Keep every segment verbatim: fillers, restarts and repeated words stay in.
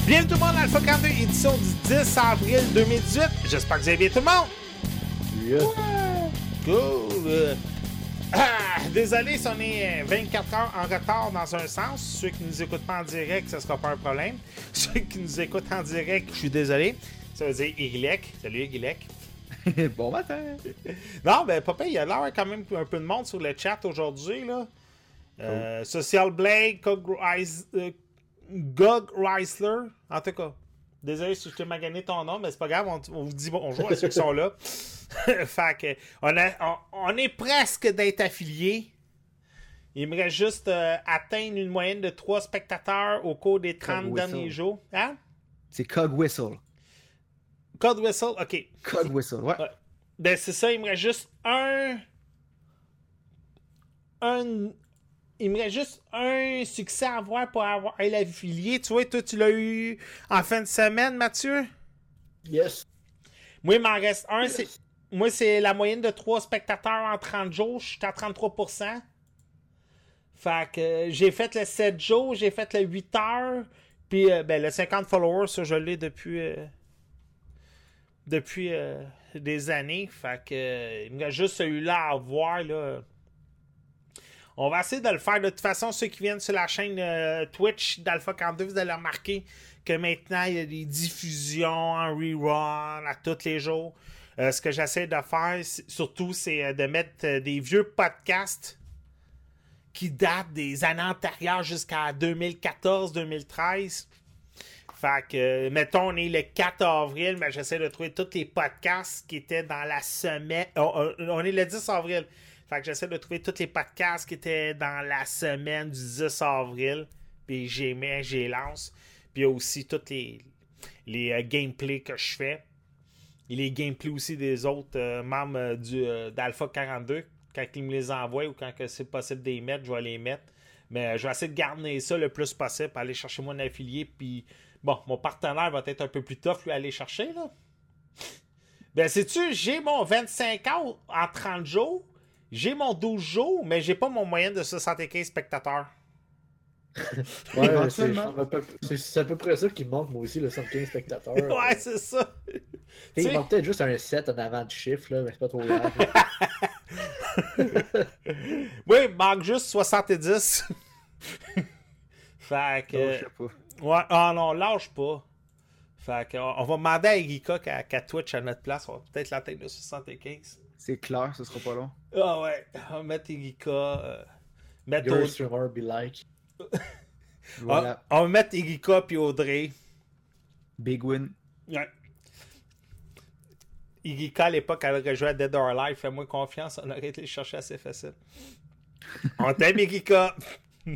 Bienvenue tout le monde à Alpha quarante-deux, édition du dix avril deux mille dix-huit. J'espère que vous allez bien tout le monde. Yes. Ouais. Cool. Ah, désolé si on est vingt-quatre heures en retard dans un sens. Ceux qui nous écoutent pas en direct, ça sera pas un problème. Ceux qui nous écoutent en direct, je suis désolé. Ça veut dire Irilek. Salut Irilek. Bon matin. Non, ben papa, il y a l'air quand même un peu de monde sur le chat aujourd'hui, là. Euh, cool. Social Blade, Cog Rice... Euh, Gog Reisler, en tout cas. Désolé si je t'ai magané ton nom, mais c'est pas grave, on, on vous dit bonjour à ceux qui sont là. Fait que, on, a, on, on est presque d'être affiliés. Il me reste juste euh, atteindre une moyenne de trois spectateurs au cours des trente Cog derniers whistle. jours. Hein? C'est Cog Whistle. Code Whistle, ok. Cog Whistle, ouais. ouais. Ben c'est ça, il me reste juste un... Un... Il me reste juste un succès à avoir pour avoir être affilié. Tu vois, toi, tu l'as eu en fin de semaine, Mathieu? Yes. Moi, il m'en reste un. Yes. C'est... Moi, c'est la moyenne de trois spectateurs en trente jours. Je suis à trente-trois pour cent. Fait que euh, j'ai fait le sept jours, j'ai fait le huit heures. Puis, euh, ben, le cinquante followers, ça, je l'ai depuis... Euh, depuis euh, des années. Fait que euh, il me reste juste celui-là à avoir, là. On va essayer de le faire. De toute façon, ceux qui viennent sur la chaîne euh, Twitch d'Alpha quarante-deux, vous allez remarquer que maintenant, il y a des diffusions en rerun à tous les jours. Euh, ce que j'essaie de faire, c'est, surtout, c'est euh, de mettre euh, des vieux podcasts qui datent des années antérieures jusqu'à deux mille quatorze deux mille treize. Fait que, euh, mettons, on est le quatre avril, mais j'essaie de trouver tous les podcasts qui étaient dans la semaine. Oh, on est le dix avril. Fait que j'essaie de trouver tous les podcasts qui étaient dans la semaine du dix avril. Puis j'y mets, j'y lance. Puis il y a aussi tous les, les euh, gameplays que je fais. Et les gameplays aussi des autres euh, membres euh, du, euh, d'Alpha quarante-deux. Quand ils me les envoient ou quand que c'est possible de les mettre, je vais les mettre. Mais euh, je vais essayer de garder ça le plus possible. Aller chercher mon affilié. Puis bon, mon partenaire va être un peu plus tough lui à aller chercher, là. Ben sais-tu, j'ai mon vingt-cinq heures en trente jours. J'ai mon douze jours, mais j'ai pas mon moyenne de soixante-quinze spectateurs. Ouais, c'est, c'est, c'est à peu près ça qui me manque, moi aussi, le soixante-quinze spectateurs. Ouais, c'est ça. Il manque peut-être juste un sept en avant du chiffre, là, mais c'est pas trop grave. Oui, il manque juste soixante-dix. Fait que... Non, je sais pas. Ouais, ah non, lâche pas. Fait que, on va demander à Erika qu'à, qu'à Twitch à notre place, on va peut-être l'atteindre de soixante-quinze. C'est clair, ce sera pas long. Ah ouais, on va mettre Erika. Euh, mettre Your Aud... streamer be like. Voilà. on, on va mettre Erika puis Audrey. Big win. Ouais. Erika, à l'époque, elle aurait joué à Dead or Alive. Fais-moi confiance, on aurait été le chercher assez facile. On t'aime, Erika. Bon,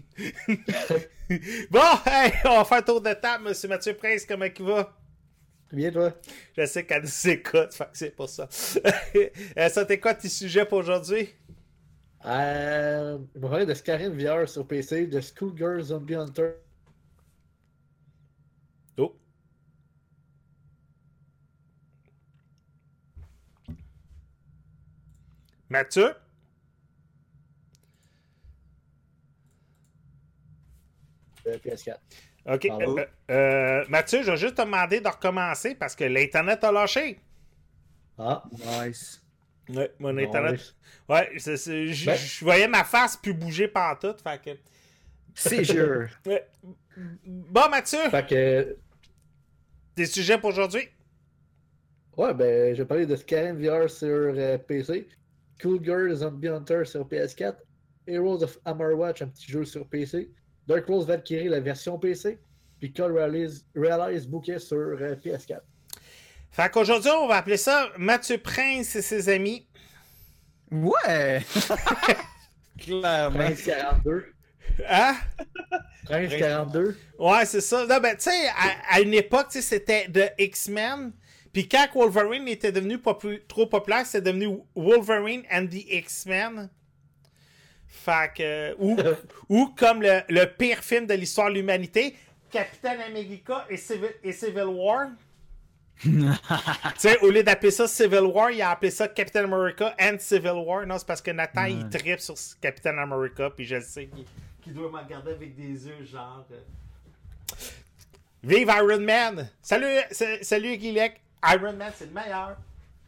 hey, on va faire un tour de table, monsieur Mathieu Prince, comment il va? Bien, toi? Je sais qu'elle nous écoute, fait que c'est pour ça. euh, ça t'es quoi tes sujets pour aujourd'hui? Euh, je vais parler de Skyrim V R sur P C, de Schoolgirl Zombie Hunter. Oh. Mathieu? De P S quatre. OK. Euh, euh, Mathieu, je vais juste te demander de recommencer parce que l'Internet a lâché. Ah. Nice. Ouais, mon Nice. Internet. Ouais, c'est, c'est, je, Ben. je voyais ma face plus bouger pantoute. Fait que. C'est sûr. Ouais. Bon, Mathieu, Fait que. tes sujets pour aujourd'hui? Ouais, ben, je vais parler de Skyrim V R sur euh, P C, Schoolgirl Zombie Hunter sur P S quatre, Heroes of Hammerwatch, un petit jeu sur P C, Dark Rose Valkyrie, la version P C, puis Call Realize, Realize Bouquet sur euh, P S quatre. Fait qu'aujourd'hui, on va appeler ça Mathieu Prince et ses amis. Ouais! Clairement. Prince quarante-deux. Hein? Prince quarante-deux. Ouais, c'est ça. Non, ben, tu sais, à, à une époque, tu sais, c'était de X-Men. Puis quand Wolverine était devenu popu- trop populaire, c'est devenu Wolverine and the X-Men. Fait que... Ou, ou comme le, le pire film de l'histoire de l'humanité, Captain America et Civil, et Civil War. Tu sais, au lieu d'appeler ça Civil War, il a appelé ça Captain America and Civil War. Non, c'est parce que Nathan, Ouais. il tripe sur Captain America, puis je le sais qu'il, qu'il doit me regarder avec des yeux genre... euh, Vive Iron Man! Salut, c'est- salut Guilec! Iron Man, c'est le meilleur!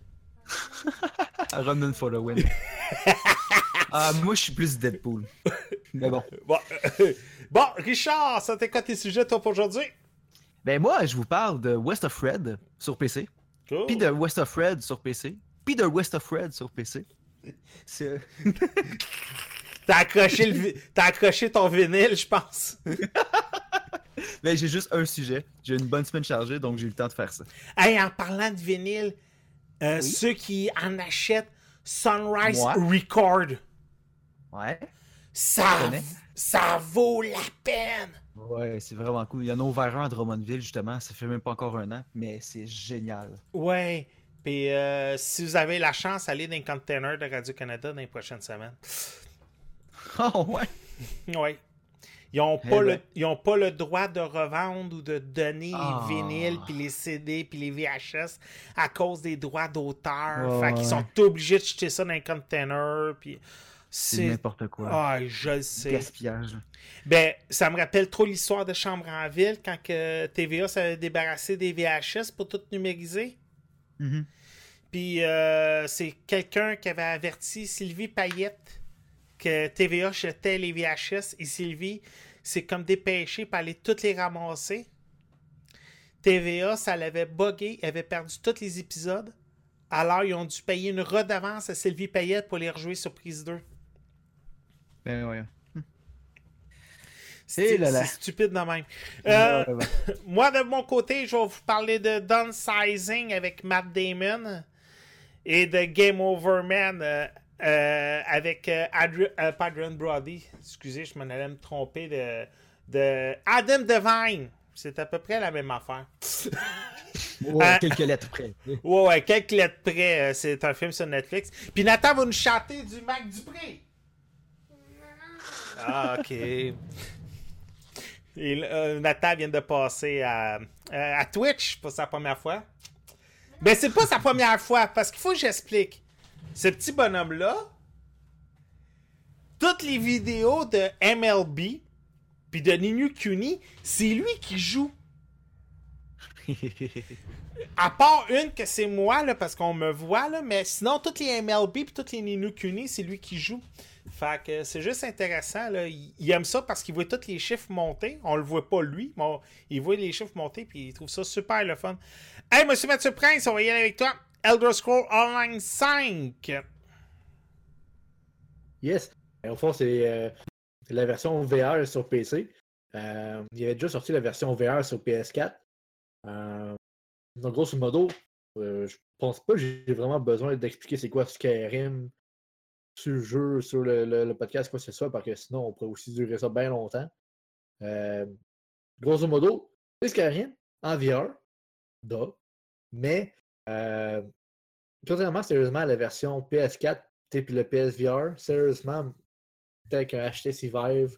Iron Man for the win. Ah, moi, je suis plus Deadpool. Mais bon. Bon, bon Richard, ça t'es quoi tes sujets, toi, pour aujourd'hui? Ben moi, je vous parle de West of Red sur P C. Cool. Puis de West of Red sur P C. Puis de West of Red sur P C. C'est... T'as accroché, le vi- T'as accroché ton vinyle, je pense. Ben j'ai juste un sujet. J'ai une bonne semaine chargée, donc j'ai eu le temps de faire ça. Hey, en parlant de vinyle, euh, Oui. ceux qui en achètent Sunrise Moi. Record, Ouais. ça, Je connais. ça vaut la peine. Ouais, c'est vraiment cool. Il y en a ouvert un à Drummondville, justement. Ça fait même pas encore un an, mais c'est génial. Ouais. Puis euh, si vous avez la chance, allez dans les containers de Radio-Canada dans les prochaines semaines. Oh, ouais. Ouais. Ils n'ont Eh pas, ben. le, ils ont pas le droit de revendre ou de donner Ah. les vinyles, puis les C D, puis les V H S à cause des droits d'auteur. Ouais, Fait qu'ils sont ouais. obligés de jeter ça dans les containers. Puis C'est c'est. n'importe quoi. Ah, je le sais. Gaspillage. Ben, ça me rappelle trop l'histoire de Chambre en Ville quand que T V A s'avait débarrassé des V H S pour tout numériser. Mhm. Puis euh, c'est quelqu'un qui avait averti Sylvie Payette que T V A jetait les V H S et Sylvie s'est comme dépêchée pour aller toutes les ramasser. T V A, ça l'avait buggé, elle avait perdu tous les épisodes. Alors ils ont dû payer une redevance à Sylvie Payette pour les rejouer sur Prise deux. Ben ouais. C'est Eh là là. c'est stupide de même. Euh, Ouais, ouais. Moi, de mon côté, je vais vous parler de Downsizing avec Matt Damon et de Game Over Man euh, euh, avec euh, Adri- euh, pas Adrian Brody. Excusez, je m'en allais me tromper de, de Adam Devine. C'est à peu près la même affaire. Ouais, Euh, quelques lettres près. Ouais, ouais, quelques lettres près. euh, C'est un film sur Netflix. Puis Nathan va nous chanter du Mac Dupré. Ah, ok. Et, euh, Nathan vient de passer à, à Twitch pour sa première fois. Ben, c'est pas sa première fois, parce qu'il faut que j'explique. Ce petit bonhomme-là, toutes les vidéos de M L B puis de Ninu Kuni, c'est lui qui joue. À part une que c'est moi, là, parce qu'on me voit, là, mais sinon, toutes les M L B puis toutes les Ninu Kuni, c'est lui qui joue. Fait que c'est juste intéressant, là. Il, il aime ça parce qu'il voit tous les chiffres monter. On le voit pas lui, mais on- il voit les chiffres monter puis il trouve ça super le fun. Hey, Monsieur Mathieu Prince, on va y aller avec toi. Elder Scrolls Online cinq. Yes. Et au fond, c'est euh, c'est la version V R sur P C. Euh, il y avait déjà sorti la version V R sur P S quatre. Euh, donc, grosso modo, euh, je pense pas que j'ai vraiment besoin d'expliquer c'est quoi Skyrim sur le jeu, sur le, le- le podcast, quoi que ce soit, parce que sinon, on pourrait aussi durer ça bien longtemps. Euh, grosso modo, c'est Skyrim en V R, da, mais euh, contrairement sérieusement à la version P S quatre et puis le P S V R, sérieusement, tel qu'un H T C Vive,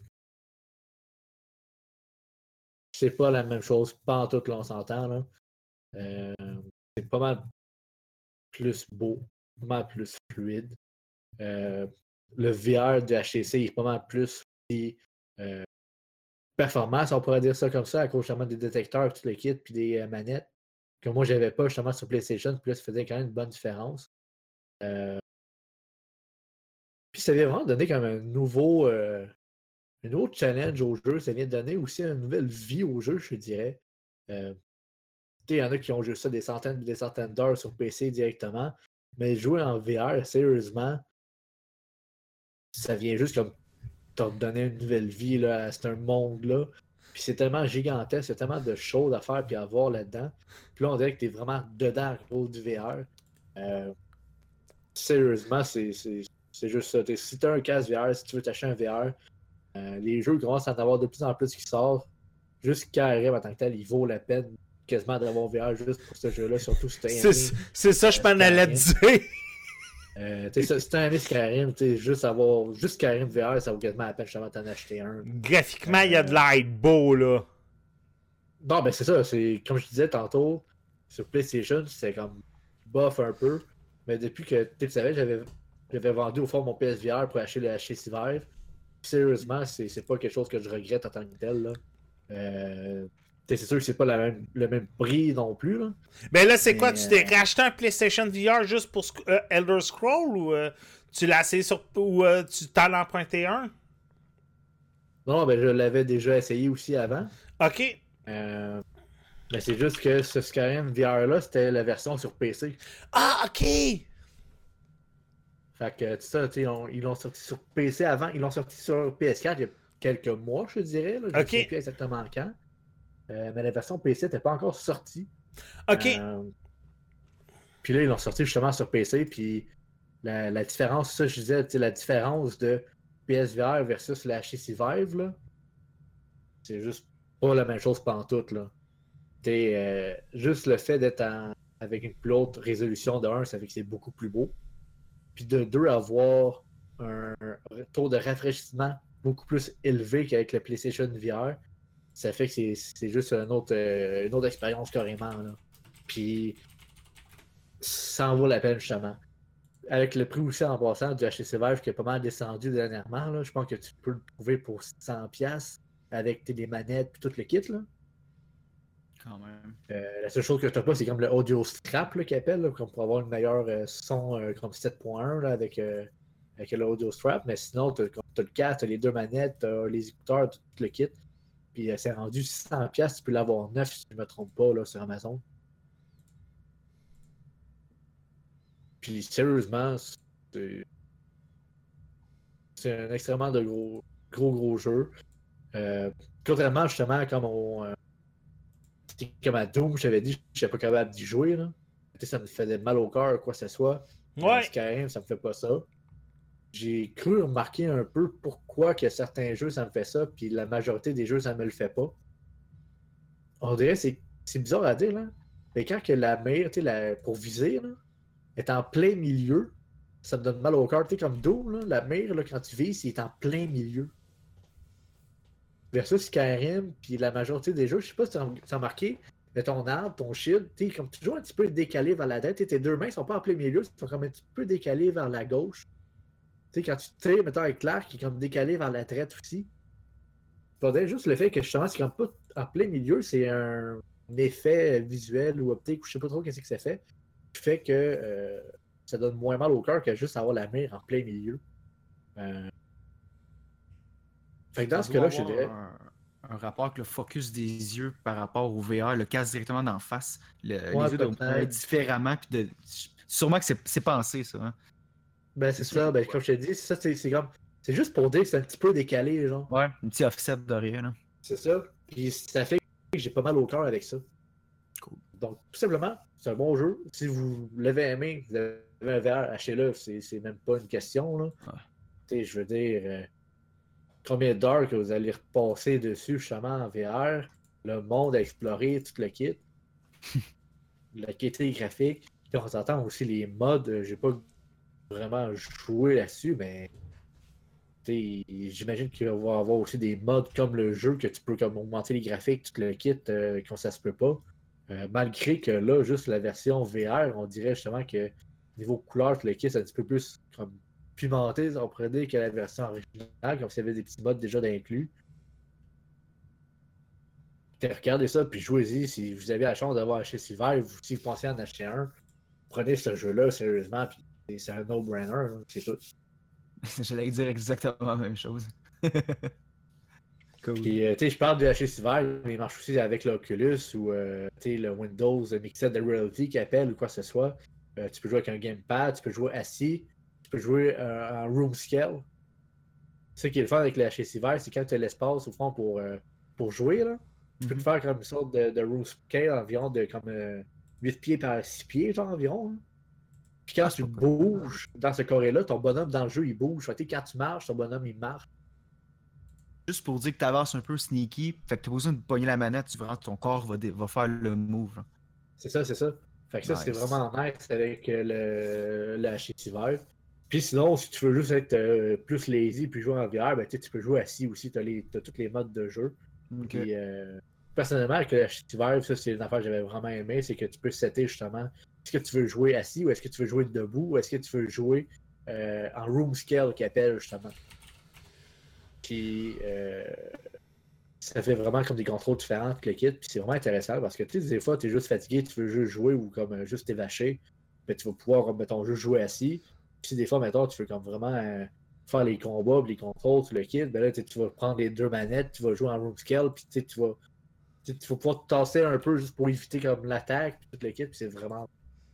c'est pas la même chose, pas en tout, là, on s'entend. Là. Euh, c'est pas mal plus beau, pas mal plus fluide. Euh, le V R de H T C est pas mal plus euh, performant, si on pourrait dire ça comme ça, à cause justement des détecteurs, tout le kit, puis des euh, manettes, que moi j'avais pas justement sur PlayStation, puis là ça faisait quand même une bonne différence. Euh, puis ça vient vraiment donner comme un nouveau, euh, un nouveau challenge au jeu, ça vient donner aussi une nouvelle vie au jeu, je dirais. Euh, il y en a qui ont joué ça des centaines et des centaines d'heures sur P C directement, mais jouer en V R, sérieusement, ça vient juste comme te donner une nouvelle vie là, à ce monde-là. Puis c'est tellement gigantesque, c'est tellement de choses à faire et à voir là-dedans. Puis là, on dirait que tu es vraiment dedans à cause du V R. Euh, sérieusement, c'est, c'est, c'est juste ça. T'es, si tu as un casque V R, si tu veux t'acheter un V R, euh, les jeux commencent à en avoir de plus en plus qui sortent. Juste Skyrim en tant que tel, il vaut la peine quasiment d'avoir V R juste pour ce jeu-là, surtout si tu C'est c'est ça, je m'en allais te dire. Euh, tu sais, si t'as aimé Skyrim, tu sais, juste avoir juste Skyrim V R, ça vaut quasiment la peine justement d'en acheter un. Graphiquement, il y a de l'air beau, là. Non, ben c'est ça, c'est comme je disais tantôt, sur PlayStation, c'est comme bof un peu. Mais depuis que tu savais, j'avais j'avais vendu au fond mon P S V R pour acheter le H T C Vive. Sérieusement, c'est c'est pas quelque chose que je regrette en tant que tel. Là. Euh, C'est sûr que c'est pas la même, le même prix non plus. Là. Ben là, c'est Mais, quoi? Tu t'es euh, racheté un PlayStation V R juste pour euh, Elder Scroll ou euh, tu l'as essayé sur. ou euh, tu t'en as emprunté un? Non, ben je l'avais déjà essayé aussi avant. Ok. Euh, mais c'est juste que ce Skyrim V R-là, c'était la version sur P C. Ah, ok! Fait que, tu sais, ils l'ont ils l'ont sorti sur P C avant. Ils l'ont sorti sur P S quatre il y a quelques mois, je dirais. Là. Je ne Ok. sais plus exactement quand. Euh, mais la version P C n'était pas encore sortie. Ok. Euh, Puis là, ils l'ont sorti justement sur P C. Puis la, la différence, ça, je disais, tu sais, la différence de P S V R versus la H T C Vive, là, c'est juste pas la même chose pantoute, là. T'sais, euh, juste le fait d'être en- avec une plus haute résolution de un, ça fait que c'est beaucoup plus beau. Puis de deux, avoir un taux de rafraîchissement beaucoup plus élevé qu'avec le PlayStation V R, ça fait que c'est c'est juste une autre, euh, une autre expérience carrément. Là. Puis ça en vaut la peine justement. Avec le prix aussi en passant du H T C Vive qui a pas mal descendu dernièrement, là, je pense que tu peux le trouver pour cent dollars avec tes, des manettes et tout le kit. Là. Quand même. Euh, la seule chose que je n'ai pas, c'est comme le audio strap qu'ils appellent, là, comme pour avoir une meilleure euh, son euh, comme sept point un là, avec, euh, avec l'audio strap. Mais sinon, tu as le casque, tu as les deux manettes, tu as les écouteurs, tout le kit. Puis euh, c'est rendu six cents dollars, tu peux l'avoir neuf si je ne me trompe pas là, sur Amazon. Puis sérieusement, c'est c'est un extrêmement de gros, gros, gros jeu. Euh, contrairement justement comme on. Euh, c'était comme à Doom, je t'avais dit, je n'étais pas capable d'y jouer. Là. Ça me faisait mal au cœur, quoi que ce soit. Euh, Ouais. Skyrim, ça me fait pas ça. J'ai cru remarquer un peu pourquoi que certains jeux, ça me fait ça, puis la majorité des jeux, ça me le fait pas. On dirait c'est c'est bizarre à dire, là. Mais quand que la mire, tu sais, la- pour viser, là, est en plein milieu, ça me donne mal au cœur. Tu sais, comme Doom, là, la mire, là, quand tu vises, il est en plein milieu. Versus Skyrim, puis la majorité des jeux, je sais pas si tu as remarqué, mais ton arbre, ton shield, tu sais, comme toujours un petit peu décalé vers la tête, tes deux mains sont pas en plein milieu, ils sont comme un petit peu décalés vers la gauche. Tu sais, quand tu tires, mettons, avec l'arc, qui est comme décalé vers la traite aussi. Faudrait juste le fait que justement, c'est comme pas en plein milieu, c'est un, un effet visuel ou optique, ou je sais pas trop qu'est-ce que ça fait, qui fait que euh, ça donne moins mal au cœur que juste avoir la mire en plein milieu. Euh... Fait que dans Ça ce doit cas-là, je te avoir dirais. un, un rapport avec le focus des yeux par rapport au V R, le casque directement d'en face. Le- Ouais, les yeux doivent travailler peut-être. différemment. Puis de, sûrement que c'est c'est pensé, ça. Hein? Ben, c'est C'est sûr ça, que ben, ouais. comme je te dis, ça, c'est c'est comme. C'est juste pour dire que c'est un petit peu décalé, genre. Ouais, un petit offset de rien. Là. C'est ça. Puis ça fait que j'ai pas mal au cœur avec ça. Cool. Donc, tout simplement, c'est un bon jeu. Si vous l'avez aimé, vous avez un V R, achetez-le. C'est c'est même pas une question, là. Ouais. Tu sais, je veux dire, euh, combien d'heures que vous allez repasser dessus, justement, en V R, le monde à explorer, tout le kit, la qualité graphique. Puis on s'entend aussi les mods. euh, J'ai pas vraiment joué là-dessus, mais tu sais, j'imagine qu'il va y avoir aussi des mods comme le jeu que tu peux comme augmenter les graphiques, tout le kit, euh, quand ça se peut pas. Euh, malgré que là, juste la version V R, on dirait justement que niveau couleur, tout le kit, c'est un petit peu plus comme pimenté, on pourrait dire, que la version originale, comme s'il y avait des petits mods déjà d'inclus. Regardez ça, puis jouez-y. Si vous avez la chance d'avoir acheté ce hiver, ou si vous pensez en acheter un, prenez ce jeu-là sérieusement, puis c'est un no-brainer, c'est tout. J'allais dire exactement la même chose. Cool. Puis, euh, tu sais, je parle de H T C Vive, mais il marche aussi avec l'Oculus ou euh, tu sais, le Windows Mixed Reality qui appelle ou quoi que ce soit. Euh, tu peux jouer avec un gamepad, tu peux jouer assis, tu peux jouer euh, en room scale. Ce qui est le fun avec le H T C Vive, c'est quand tu as l'espace au fond pour, euh, pour jouer, là, tu peux te Mhm. faire comme une sorte de, de room scale environ de comme euh, huit pieds par six pieds, genre environ. Hein. Puis quand Ah, c'est tu pas pire. bouges dans ce carré-là, ton bonhomme dans le jeu, il bouge. Fait que, tu sais, quand tu marches, ton bonhomme, il marche. Juste pour dire que tu avances un peu sneaky, fait que tu as besoin de pogner la manette, tu verras ton corps va, dé- va faire le move. Là. C'est ça, c'est ça. Fait que ça, c'est Nice. vraiment nice avec euh, le, le H T C Vive. Puis sinon, si tu veux juste être euh, plus lazy puis jouer en V R, ben, tu sais, tu peux jouer assis aussi. Tu as, as tous les modes de jeu. Ok. Puis euh, personnellement, avec le H T C Vive, ça, c'est une affaire que j'avais vraiment aimé, c'est que tu peux setter justement est-ce que tu veux jouer assis ou est-ce que tu veux jouer debout ou est-ce que tu veux jouer euh, en room scale qui appelle justement. Puis euh, ça fait vraiment comme des contrôles différents, le kit, puis c'est vraiment intéressant parce que tu sais, des fois, tu es juste fatigué, tu veux juste jouer ou comme euh, juste t'évacher, mais tu vas pouvoir, mettons, juste jouer assis. Puis des fois, mettons, tu veux comme vraiment euh, faire les combats, les contrôles, tu le kit, ben là, tu vas prendre les deux manettes, tu vas jouer en room scale, puis tu sais, tu vas. Tu vas pouvoir te tasser un peu juste pour éviter comme l'attaque, puis tout le kit, puis c'est vraiment.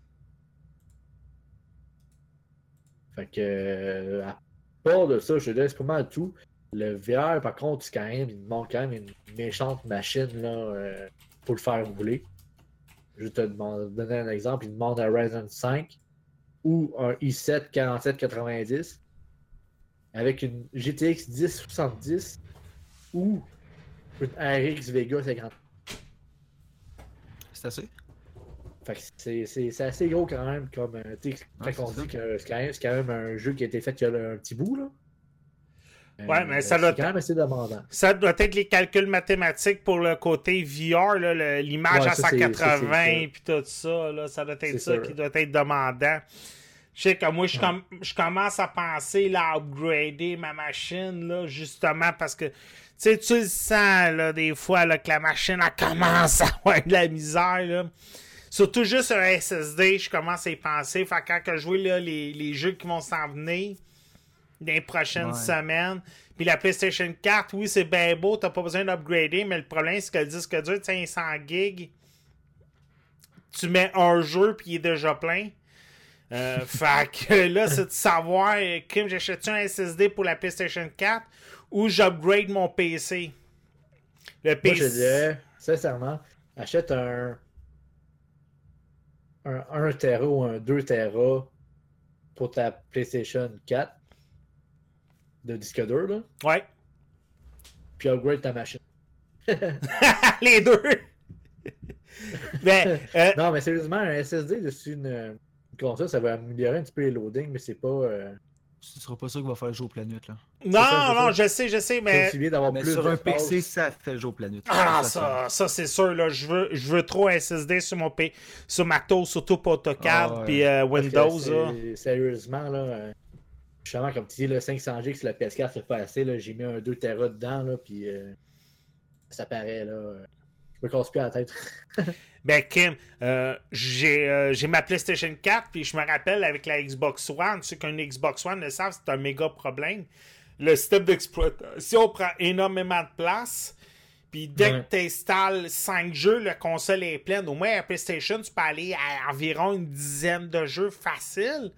Fait que, euh, à part de ça, je te laisse pas mal tout. Le V R, par contre, c'est quand même, il manque quand même une méchante machine là, euh, pour le faire rouler. Je vais te demander, donner un exemple. Il demande un Ryzen cinq ou un i sept quarante-sept quatre-vingt-dix avec une G T X dix soixante-dix ou une R X Vega cinquante. C'est assez. Fait que c'est, c'est, c'est assez gros quand même, comme euh, tu sais, quand Ouais, on c'est dit que c'est quand, même, c'est quand même un jeu qui a été fait il y a un petit bout, là. Ouais, Euh, mais ça doit c'est quand même assez demandant. Ça doit être les calculs mathématiques pour le côté V R, là, le- l'image Ouais, à ça, c'est- cent quatre-vingts ça, puis tout ça, là, ça doit être C'est ça sûr. qui doit être demandant. Je sais que moi, je, Ouais. com- je commence à penser là, à upgrader ma machine, là, justement, parce que tu sais, tu le sens, là, des fois, là, que la machine, elle commence à avoir de la misère, là. Surtout juste un S S D, je commence à y penser. Fait que quand que je vois là, les, les jeux qui vont s'en venir dans les prochaines Ouais. semaines, puis la PlayStation quatre, oui, c'est bien beau, t'as pas besoin d'upgrader, mais le problème, c'est que le disque dur de cinq cents gigs, tu mets un jeu, puis il est déjà plein. Euh, fait que là, c'est de savoir, euh, Kim, j'achète-tu un S S D pour la PlayStation quatre ou j'upgrade mon P C? Le Moi, je P C... dirais, sincèrement, achète un un un Tera ou un deux Tera pour ta PlayStation quatre de disque dur, là, Ouais. puis upgrade ta machine. Les deux! Ben, euh, Non, mais sérieusement, un S S D dessus une, une console, ça va améliorer un petit peu les loadings, mais c'est pas. Euh... Ce sera pas ça qui va faire le jeu aux planètes, là. non, ça, c'est non, ça. je sais, je sais, C'est mais... aussi bien d'avoir Mais plus sur un d'espace. P C, ça fait le jeu aux planètes. Ah, Ça, ça, ça c'est sûr, là, je veux, je veux trop un S S D sur mon P, sur Mac-O, surtout pour AutoCAD, Ah, ouais. puis euh, Parce que Windows, c'est- là. Sérieusement, là, euh, justement, comme tu dis, là, cinq cents gigs sur la P S quatre, c'est pas assez. Là, j'ai mis un deux Tera dedans, là, puis euh, ça paraît, là. euh, je me casse plus la tête. Ben, Kim, euh, j'ai euh, j'ai ma PlayStation quatre, puis je me rappelle avec la Xbox One, ceux qui ont une Xbox One le savent, c'est un méga problème. Le système d'exploitation prend énormément de place, puis dès Ouais. que tu installes cinq jeux, la console est pleine. Au moins, à PlayStation, tu peux aller à environ une dizaine de jeux faciles.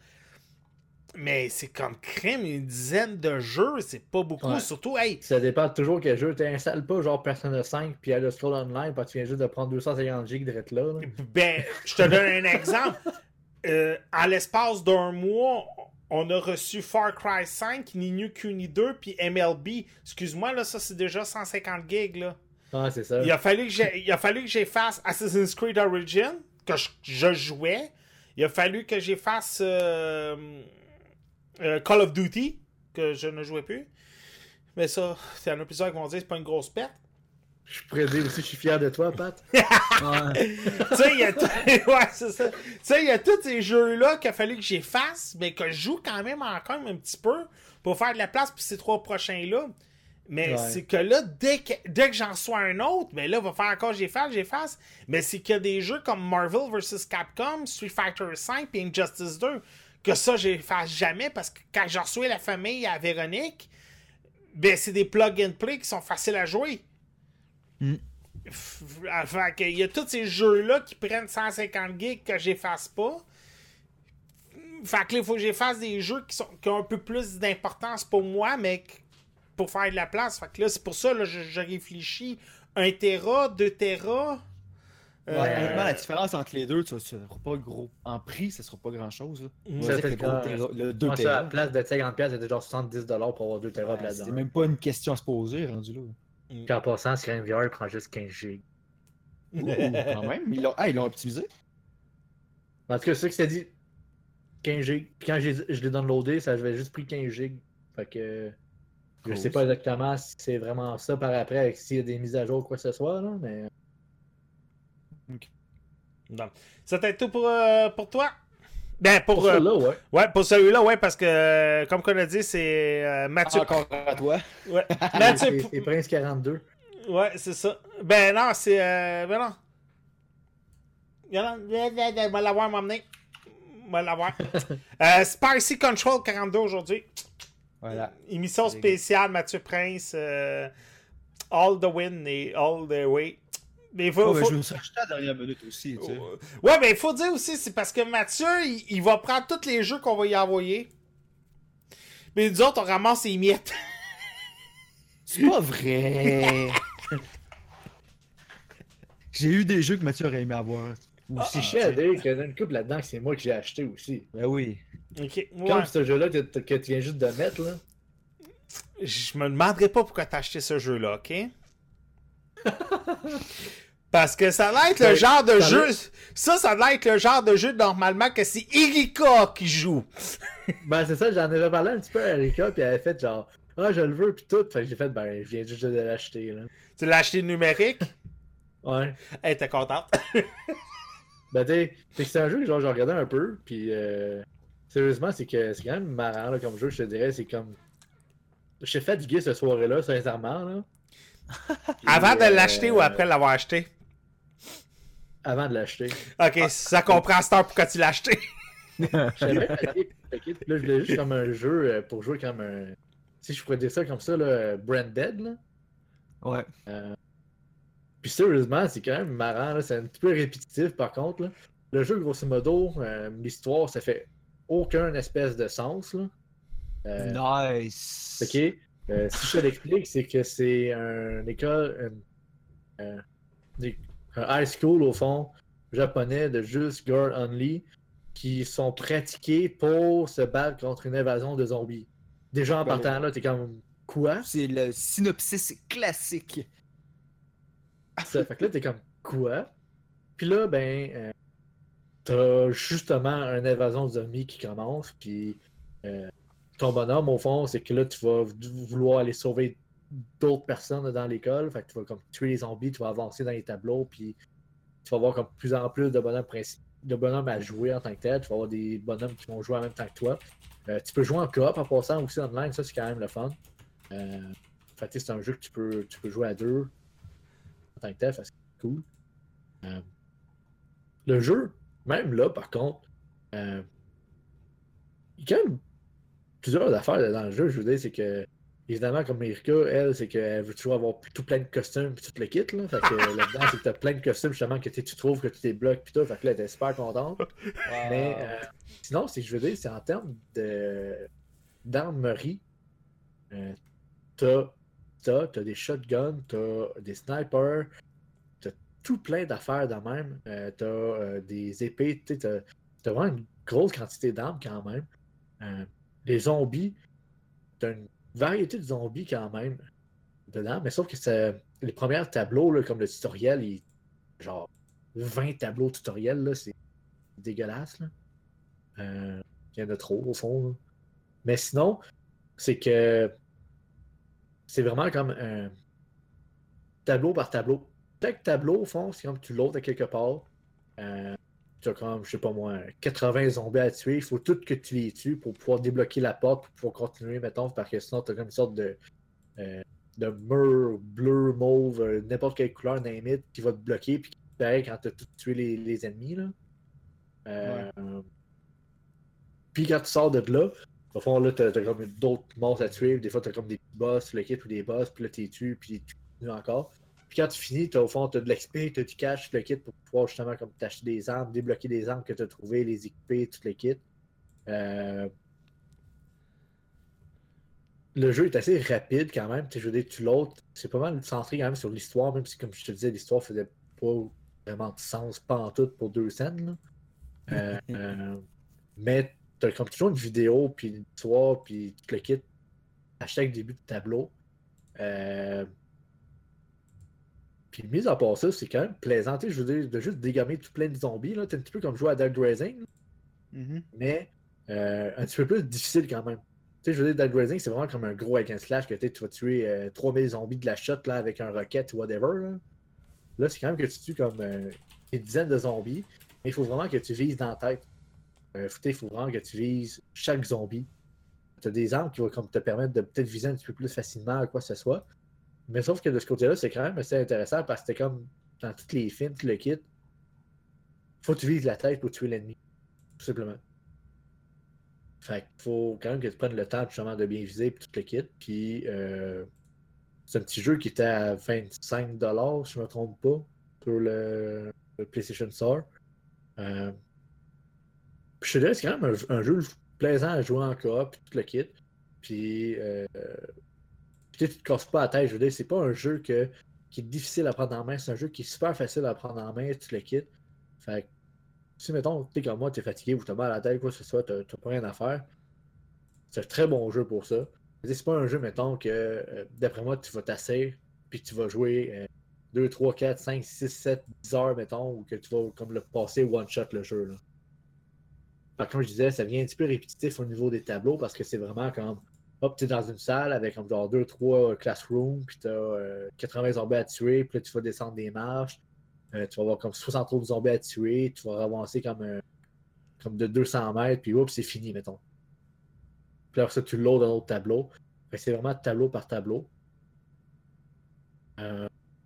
Mais c'est comme crème, une dizaine de jeux, c'est pas beaucoup. Ouais. Surtout, hey, Ça dépend toujours quel jeu. Tu installes pas genre Persona cinq puis Elder Scrolls Online parce que tu viens juste de prendre deux cent cinquante gigs direct là. là. ben, je te donne un exemple. Euh, en l'espace d'un mois, on a reçu Far Cry cinq, ni New Cuny deux, puis M L B. Excuse-moi, là, ça c'est déjà cent cinquante gigs, là. Ah, c'est ça. Il a fallu que j'ai- il a fallu que j'efface Assassin's Creed Origin, que je, je jouais. Il a fallu que j'efface euh, euh, Call of Duty, que je ne jouais plus. Mais ça, il y en a plusieurs qui vont dire que c'est pas une grosse perte. Je pourrais dire aussi, je suis fier de toi, Pat. Ouais. Tu sais, il y a t- ouais, c'est ça. Tu sais, il y a tous ces jeux-là qu'il a fallu que j'efface, mais que je joue quand même encore un petit peu pour faire de la place pour ces trois prochains-là. Mais Ouais. c'est que là, dès que, dès que j'en sois un autre, mais là, il va faire encore j'efface, j'efface. Mais c'est qu'il y a des jeux comme Marvel versus. Capcom, Street Fighter cinq et Injustice deux, que ça, j'efface jamais parce que quand j'en reçois la famille à Véronique, ben c'est des plug and play qui sont faciles à jouer. Mm. F- Fait que il y a tous ces jeux-là qui prennent cent cinquante gigs que j'efface pas. Fait que là, il faut que j'efface des jeux qui, sont, qui ont un peu plus d'importance pour moi, mais que- pour faire de la place. Fait que là, c'est pour ça que je, je réfléchis. un Tera, deux Tera. euh, Ouais, Honnêtement, la différence entre les deux, tu ne sera pas gros. En prix, ça sera pas grand chose. Mm. On Ça va dire fait que le, gros le- Tera- le deux Moi, ça, à la Tera. place de cinquante pièces, c'était genre soixante-dix dollars pour avoir deux Tera Ouais, là-dedans. C'est même pas une question à se poser, rendu là. Puis en passant, Skyrim V R il prend juste quinze gigs. Ouh, quand même. Ils l'ont ah, ils l'ont optimisé. En tout cas, c'est ça que ça dit. quinze gigs. Puis quand j'ai- je l'ai downloadé, ça avait juste pris quinze gigs. Fait que. Je Cool, sais pas ça. exactement si c'est vraiment ça par après, avec s'il y a des mises à jour ou quoi que ce soit, là, mais. Non. C'était tout pour, euh, pour toi? Ben, pour, Pour euh, ça, là, ouais. ouais, pour celui-là, ouais, parce que, euh, comme on a dit, c'est euh, Mathieu. Encore à toi. Ouais. C'est Mathieu, c'est Prince quarante-deux. Ouais, c'est ça. Ben non, c'est... Euh, ben non. Je vais l'avoir, m'emmener. Je vais l'avoir. euh, Spicy Control quarante-deux aujourd'hui. Voilà. Émission spéciale, Mathieu Prince, euh, All the Win et All the Way. Mais faut, Oh, ben, faut... je me suis acheté à la dernière minute aussi, tu sais. Ouais, mais il faut dire aussi, c'est parce que Mathieu, il, il va prendre tous les jeux qu'on va y envoyer. Mais nous autres, on ramasse les miettes. C'est pas vrai! J'ai eu des jeux que Mathieu aurait aimé avoir. Ah, c'est chiant à dire qu'il y en a une couple là-dedans que c'est moi que j'ai acheté aussi. Ben oui. Ok, ouais. Comme ce jeu-là que, que tu viens juste de mettre, là. Je me demanderai pas pourquoi t'as acheté ce jeu-là, ok? Parce que ça va être le Ben, genre de ça jeu... va- Ça, ça va être le genre de jeu normalement que c'est Erika qui joue. Ben, c'est ça, j'en avais parlé un petit peu à Erika, puis elle avait fait genre, ah, je le veux, puis tout. Fait que j'ai fait, ben, je viens juste de l'acheter, là. Tu l'as acheté numérique? Ouais. Elle était contente. Ben, t'sais, c'est que c'est un jeu que genre, j'ai regardé un peu, puis euh, sérieusement, c'est que c'est quand même marrant, là, comme jeu, je te dirais. C'est comme. Je suis fatigué ce soir-là, sincèrement, là. Puis, Avant de euh, l'acheter ou après l'avoir acheté? Avant de l'acheter. Ok, ça comprend à cette heure pourquoi tu l'as acheté. J'avais bien fatigué, fatigué, puis là, je voulais juste comme un jeu euh, pour jouer comme un. Si je pourrais dire ça comme ça, là, Branded, là. Ouais. Euh, Puis sérieusement, c'est quand même marrant, là. C'est un petit peu répétitif par contre, là. Le jeu, grosso modo, euh, l'histoire, ça fait aucun espèce de sens, là. Euh, Nice. ok. Euh, si je te l'explique, c'est que c'est un école, un, un- des- un high school au fond japonais de juste girl only qui sont pratiqués pour se battre contre une invasion de zombies. Déjà en Ben, partant là, t'es comme quoi? C'est le synopsis classique. Ça fait que là, t'es comme quoi? Puis là, ben, euh, t'as justement une invasion de zombies qui commence, puis euh, ton bonhomme, au fond, c'est que là, tu vas vou- vouloir aller sauver d'autres personnes dans l'école. Fait que tu vas comme tuer les zombies, tu vas avancer dans les tableaux, puis tu vas avoir comme plus en plus de bonhommes, princi- de bonhommes à jouer en tant que tel. Tu vas avoir des bonhommes qui vont jouer en même temps que toi. Euh, tu peux jouer en coop en passant aussi online, ça c'est quand même le fun. Euh, fait que, tu sais, c'est un jeu que tu peux, tu peux jouer à deux en tant que tel, fait que c'est cool. Euh, le jeu, même là, par contre, euh, il y a quand même plusieurs affaires dans le jeu. Je veux dire, c'est que, évidemment, comme Erika, elle, c'est qu'elle veut toujours avoir tout plein de costumes puis tout le kit. Là. Fait que là-dedans, c'est que t'as plein de costumes justement que tu trouves que tu débloques puis tout. Fait que là, elle était super contente. Mais euh, sinon, c'est que je veux dire, c'est en termes de d'armerie. Euh, t'as, t'as, t'as des shotguns, t'as des snipers, t'as tout plein d'affaires de même. Euh, t'as euh, des épées, tu sais, t'as, t'as vraiment une grosse quantité d'armes quand même. Euh, les zombies, t'as une variété de zombies quand même dedans, mais sauf que c'est les premiers tableaux, là, comme le tutoriel, il, genre vingt tableaux tutoriels, là, c'est dégueulasse. Là. Euh, il y en a trop au fond. Là. Mais sinon, c'est que c'est vraiment comme un tableau par tableau. Chaque tableau, au fond, c'est comme tu l'autres à quelque part. Euh, tu as comme, je sais pas moi, quatre-vingts zombies à tuer. Il faut tout que tu les tues pour pouvoir débloquer la porte, pour pouvoir continuer, mettons, parce que sinon, tu as comme une sorte de, euh, de mur bleu, mauve, euh, n'importe quelle couleur, name it, qui va te bloquer, puis qui paraît quand tu as tout tué les, les ennemis. Là. Euh, Ouais. Puis quand tu sors de là, au fond, là, t'as, t'as comme d'autres monstres à tuer. Des fois, t'as comme des boss, le kit ou des boss, puis là, t'es tues, puis tu continues encore. Puis quand tu finis, t'as, au fond, t'as de l'X P, t'as du cash, le kit pour pouvoir justement comme t'acheter des armes, débloquer des armes que t'as trouvées, les équiper, tout le kit. Euh... Le jeu est assez rapide quand même. Je veux dire, tu l'autre, c'est pas mal centré quand même sur l'histoire, même si, comme je te disais, l'histoire faisait pas vraiment de sens, pas en tout pour deux scènes. Là. Euh, euh, mais t'as comme toujours une vidéo, puis une histoire, puis tu le quittes à chaque début de tableau. Euh... Puis, mis à part ça, c'est quand même plaisant. Tu sais, je veux dire, de juste dégommer tout plein de zombies. Là. C'est un petit peu comme jouer à Dead Rising, Mm-hmm. mais euh, un petit peu plus difficile quand même. Tu sais, je veux dire, Dead Rising, c'est vraiment comme un gros hack and slash que tu vas tuer euh, trois mille zombies de la shot là, avec un rocket ou whatever. Là, là c'est quand même que tu tues comme euh, des dizaines de zombies, mais il faut vraiment que tu vises dans la tête. Euh, il faut vraiment que tu vises chaque zombie. Tu as des armes qui vont comme te permettre de peut-être viser un petit peu plus facilement à quoi que ce soit. Mais sauf que de ce côté-là, c'est quand même assez intéressant parce que c'était comme dans tous les films, tout le kit. Faut que tu vises la tête pour tuer l'ennemi. Tout simplement. Fait qu'il faut quand même que tu prennes le temps justement de bien viser puis tout le kit. Puis euh, c'est un petit jeu qui était à vingt-cinq dollars si je ne me trompe pas, sur le, le PlayStation Store. Euh, puis je te dirais, c'est quand même un, un jeu plaisant à jouer en coop, tout le kit. Puis, euh, tu te casses pas la tête, je veux dire, c'est pas un jeu que, qui est difficile à prendre en main, c'est un jeu qui est super facile à prendre en main, tu le quittes. Fait que, si mettons, t'es comme moi, t'es fatigué ou t'as mal à la tête, quoi que ce soit, t'as, t'as pas rien à faire, c'est un très bon jeu pour ça. C'est pas un jeu, mettons, que euh, d'après moi, tu vas t'asseoir, puis tu vas jouer euh, deux, trois, quatre, cinq, six, sept, dix heures, mettons, ou que tu vas comme le passer one-shot le jeu. Là. Par contre, je disais, ça devient un petit peu répétitif au niveau des tableaux parce que c'est vraiment comme hop, t'es dans une salle avec comme genre deux, trois classrooms, puis t'as euh, quatre-vingts zombies à tuer, puis là tu vas descendre des marches, euh, tu vas avoir comme soixante autres zombies à tuer, tu vas avancer comme, euh, comme de deux cents mètres, puis hop, c'est fini, mettons. Puis après ça, tu loads un autre tableau. Fait que c'est vraiment tableau par tableau. Euh...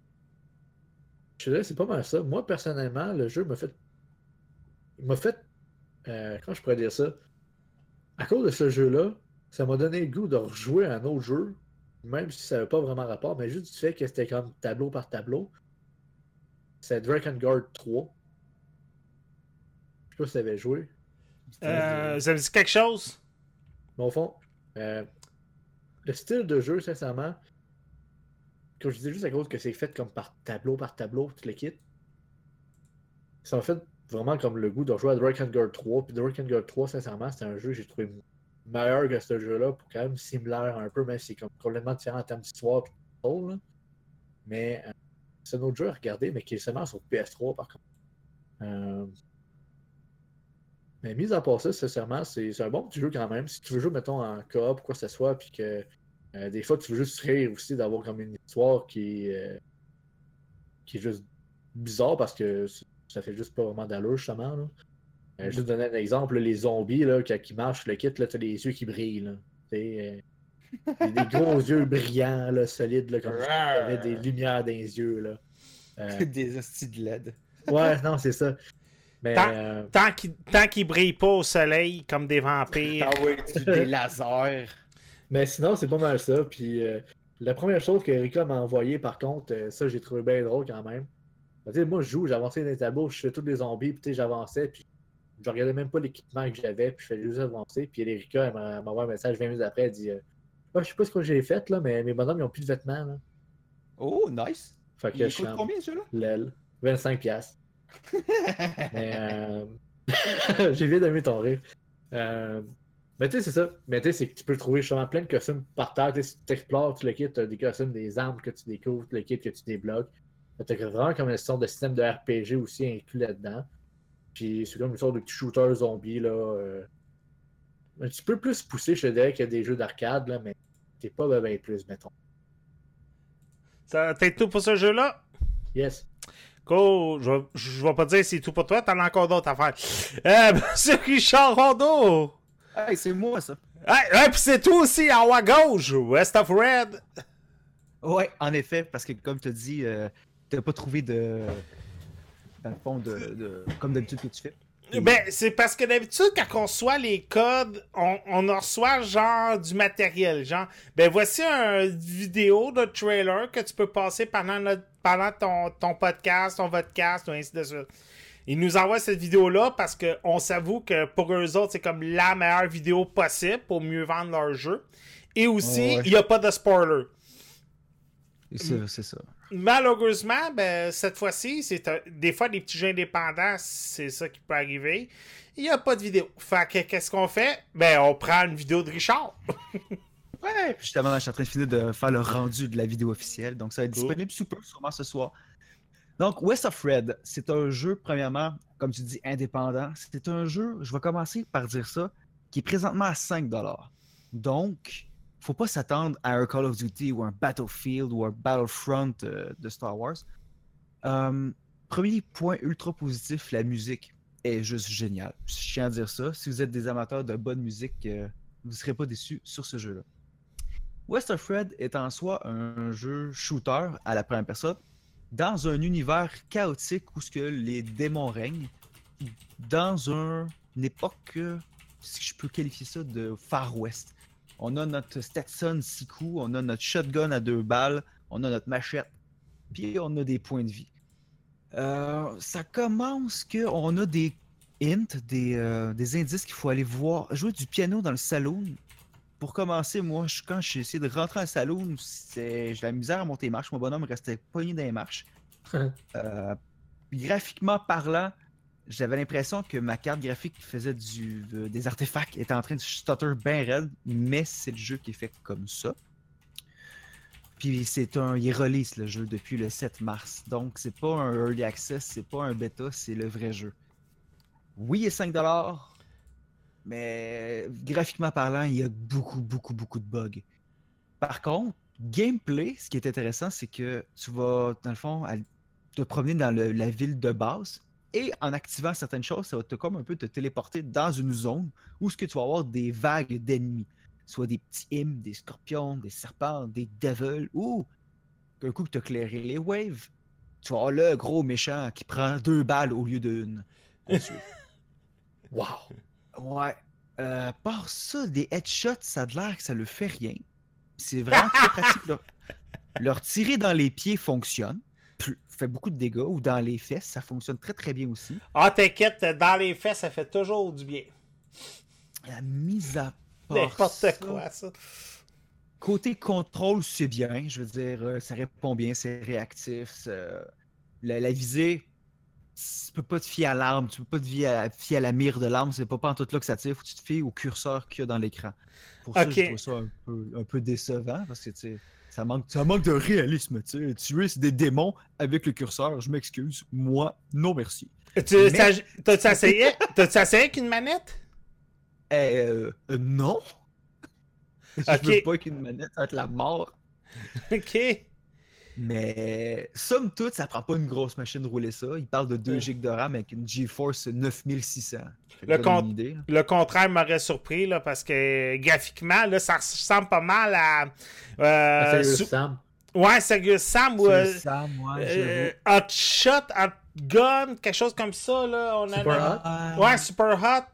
Je dirais, c'est pas mal ça. Moi, personnellement, le jeu m'a fait. Il m'a fait. Euh, comment je pourrais dire ça? À cause de ce jeu-là, ça m'a donné le goût de rejouer à un autre jeu, même si ça n'avait pas vraiment rapport, mais juste du fait que c'était comme tableau par tableau. C'est Drakengard trois. Je sais pas si tu avais joué. Euh, ça me dit quelque chose? Mais au fond, euh, le style de jeu, sincèrement, comme je disais, juste à cause que c'est fait comme par tableau par tableau, tout le kit, ça m'a fait vraiment comme le goût de rejouer à Drakengard trois. Puis Drakengard trois, sincèrement, c'est un jeu que j'ai trouvé meilleur que ce jeu-là, pour quand même similaire un peu, même si c'est comme complètement différent en termes d'histoire et de rôle. Mais euh, c'est un autre jeu à regarder, mais qui est seulement sur P S trois par contre. Euh... Mais mis à part ça, sincèrement, c'est, c'est un bon petit jeu quand même. Si tu veux jouer, mettons, en coop ou quoi que ce soit, puis que euh, des fois tu veux juste rire aussi d'avoir comme une histoire qui, euh, qui est juste bizarre parce que ça fait juste pas vraiment d'allure, justement. Là. Euh, juste donner un exemple, là, les zombies, là, quand ils marchent, le kit, là, t'as les yeux qui brillent. Là. Euh, des, des gros yeux brillants, là, solides, là, comme si t'avais des lumières dans les yeux. Là. Euh... des hosties de L E D. Ouais, non, c'est ça. Mais, tant euh... tant qu'ils ne brillent pas au soleil comme des vampires. Ah oui, des lasers. Mais sinon, c'est pas mal ça. Puis euh, la première chose que Erika m'a envoyé, par contre, euh, ça, j'ai trouvé bien drôle quand même. Ben, moi, je joue, j'avançais dans les tableaux, je fais tous les zombies, puis j'avançais, puis je regardais même pas l'équipement que j'avais, puis je faisais juste avancer. Puis Erika, elle m'a envoyé un message vingt minutes après, elle dit euh, ah, je sais pas ce que j'ai fait, là, mais mes bonhommes, ils ont plus de vêtements. Là. Oh, nice. Fait que Il je coûte combien, celui-là? L'aile. vingt-cinq piastres. Mais euh... j'ai vite aimé ton rire. Euh... Mais tu sais, c'est ça. Mais tu sais, c'est que tu peux trouver justement plein de costumes par terre. Si tu explores, tu le kit, tu as des costumes, des armes que tu découvres, tu le kit que tu débloques. Tu as vraiment comme une sorte de système de R P G aussi inclus là-dedans. Puis c'est comme une sorte de petit shooter zombie, là. Euh... Un petit peu plus poussé, je te dirais, que des jeux d'arcade, là, mais t'es pas bien ben plus, mettons. Ça t'es tout pour ce jeu-là? Yes. Cool. Je vais, je vais pas dire c'est tout pour toi, t'en as encore d'autres à faire. Euh, Monsieur Richard Rondeau! Hey, c'est moi, ça. Hey, hey, puis c'est tout aussi, en haut à gauche, West of Red. Ouais, en effet, parce que comme tu as dit, euh, t'as pas trouvé de. Dans le fond, de, de... comme d'habitude que tu fais. Et... Ben, c'est parce que d'habitude, quand on reçoit les codes, on, on en reçoit genre du matériel. Genre, ben voici une vidéo de trailer que tu peux passer pendant, notre, pendant ton, ton podcast, ton podcast, ou ainsi de suite. Ils nous envoient cette vidéo-là parce qu'on s'avoue que pour eux autres, c'est comme la meilleure vidéo possible pour mieux vendre leur jeu. Et aussi, il oh, ouais. n'y a pas de spoiler. C'est, c'est ça. Malheureusement, ben, cette fois-ci, c'est un... des fois des petits jeux indépendants, c'est ça qui peut arriver. Il n'y a pas de vidéo. Fait que qu'est-ce qu'on fait? Ben, on prend une vidéo de Richard. Ouais, puis justement, je suis en train de finir de faire le rendu de la vidéo officielle. Donc, ça va être disponible sous peu, sûrement ce soir. Donc, West of Red, c'est un jeu, premièrement, comme tu dis, indépendant. C'est un jeu, je vais commencer par dire ça, qui est présentement à cinq dollars. Donc, faut pas s'attendre à un Call of Duty ou un Battlefield ou un Battlefront euh, de Star Wars. Euh, premier point ultra positif, la musique est juste géniale. Je tiens à dire ça. Si vous êtes des amateurs de bonne musique, euh, vous ne serez pas déçus sur ce jeu-là. West of Red est en soi un jeu shooter à la première personne dans un univers chaotique où ce que les démons règnent, dans un, une époque, euh, si je peux qualifier ça, de Far West. On a notre Stetson six coups, on a notre shotgun à deux balles, on a notre machette, puis on a des points de vie. Euh, ça commence qu'on a des hints, des, euh, des indices qu'il faut aller voir, jouer du piano dans le saloon. Pour commencer, moi, je, quand j'ai essayé de rentrer dans le saloon, j'ai la misère à monter les marches. Mon bonhomme restait pogné dans les marches. euh, graphiquement parlant, j'avais l'impression que ma carte graphique faisait du, euh, des artefacts était en train de stutter bien raide, mais c'est le jeu qui est fait comme ça. Puis c'est un, il est release le jeu depuis le sept mars, donc c'est pas un early access, c'est pas un bêta, c'est le vrai jeu. Oui, il est cinq dollars. Mais graphiquement parlant, il y a beaucoup, beaucoup, beaucoup de bugs. Par contre, gameplay, ce qui est intéressant, c'est que tu vas, dans le fond, te promener dans le, la ville de base et en activant certaines choses, ça va te comme un peu te téléporter dans une zone où ce que tu vas avoir des vagues d'ennemis. Soit des petits imps, des scorpions, des serpents, des devils, ou un coup que tu as clairé les waves, tu vas avoir le gros méchant qui prend deux balles au lieu d'une. Wow! Ouais. Euh, par ça, des headshots, ça a l'air que ça le fait rien. C'est vraiment très pratique. Leur... leur tirer dans les pieds fonctionne. Fait beaucoup de dégâts. Ou dans les fesses, ça fonctionne très très bien aussi. Ah, t'inquiète, dans les fesses, ça fait toujours du bien. La mise à part. N'importe ça, quoi, ça. Côté contrôle, c'est bien. Je veux dire, ça répond bien, c'est réactif. Ça... La, la visée. Tu peux pas te fier à l'arme, tu peux pas te fier à, fier à la mire de l'arme, c'est pas en tout là que ça tire, faut que tu te fies au curseur qu'il y a dans l'écran. Pour ça, okay. je trouve ça un peu, un peu décevant, parce que ça manque, ça manque de réalisme. T'sais. Tuer des démons avec le curseur, je m'excuse, moi, non merci. Tu, Mais... T'as-tu essayé, t'as-tu essayé avec une manette? Euh, euh non. Okay. Je veux pas qu'une manette, ça va être la mort. Ok. Mais somme toute, ça prend pas une grosse machine de rouler ça. Il parle de deux gigs de RAM avec une GeForce neuf mille six cents. Le, con idée, le contraire m'aurait surpris là, parce que graphiquement, là, ça ressemble pas mal à. Euh, Serious sou... Sam. Ouais, Serious Sam ou. Euh, Sam, ouais, euh, Hot Shot, Hot Gun, quelque chose comme ça. Là. On super a... Hot. Ouais, Super Hot.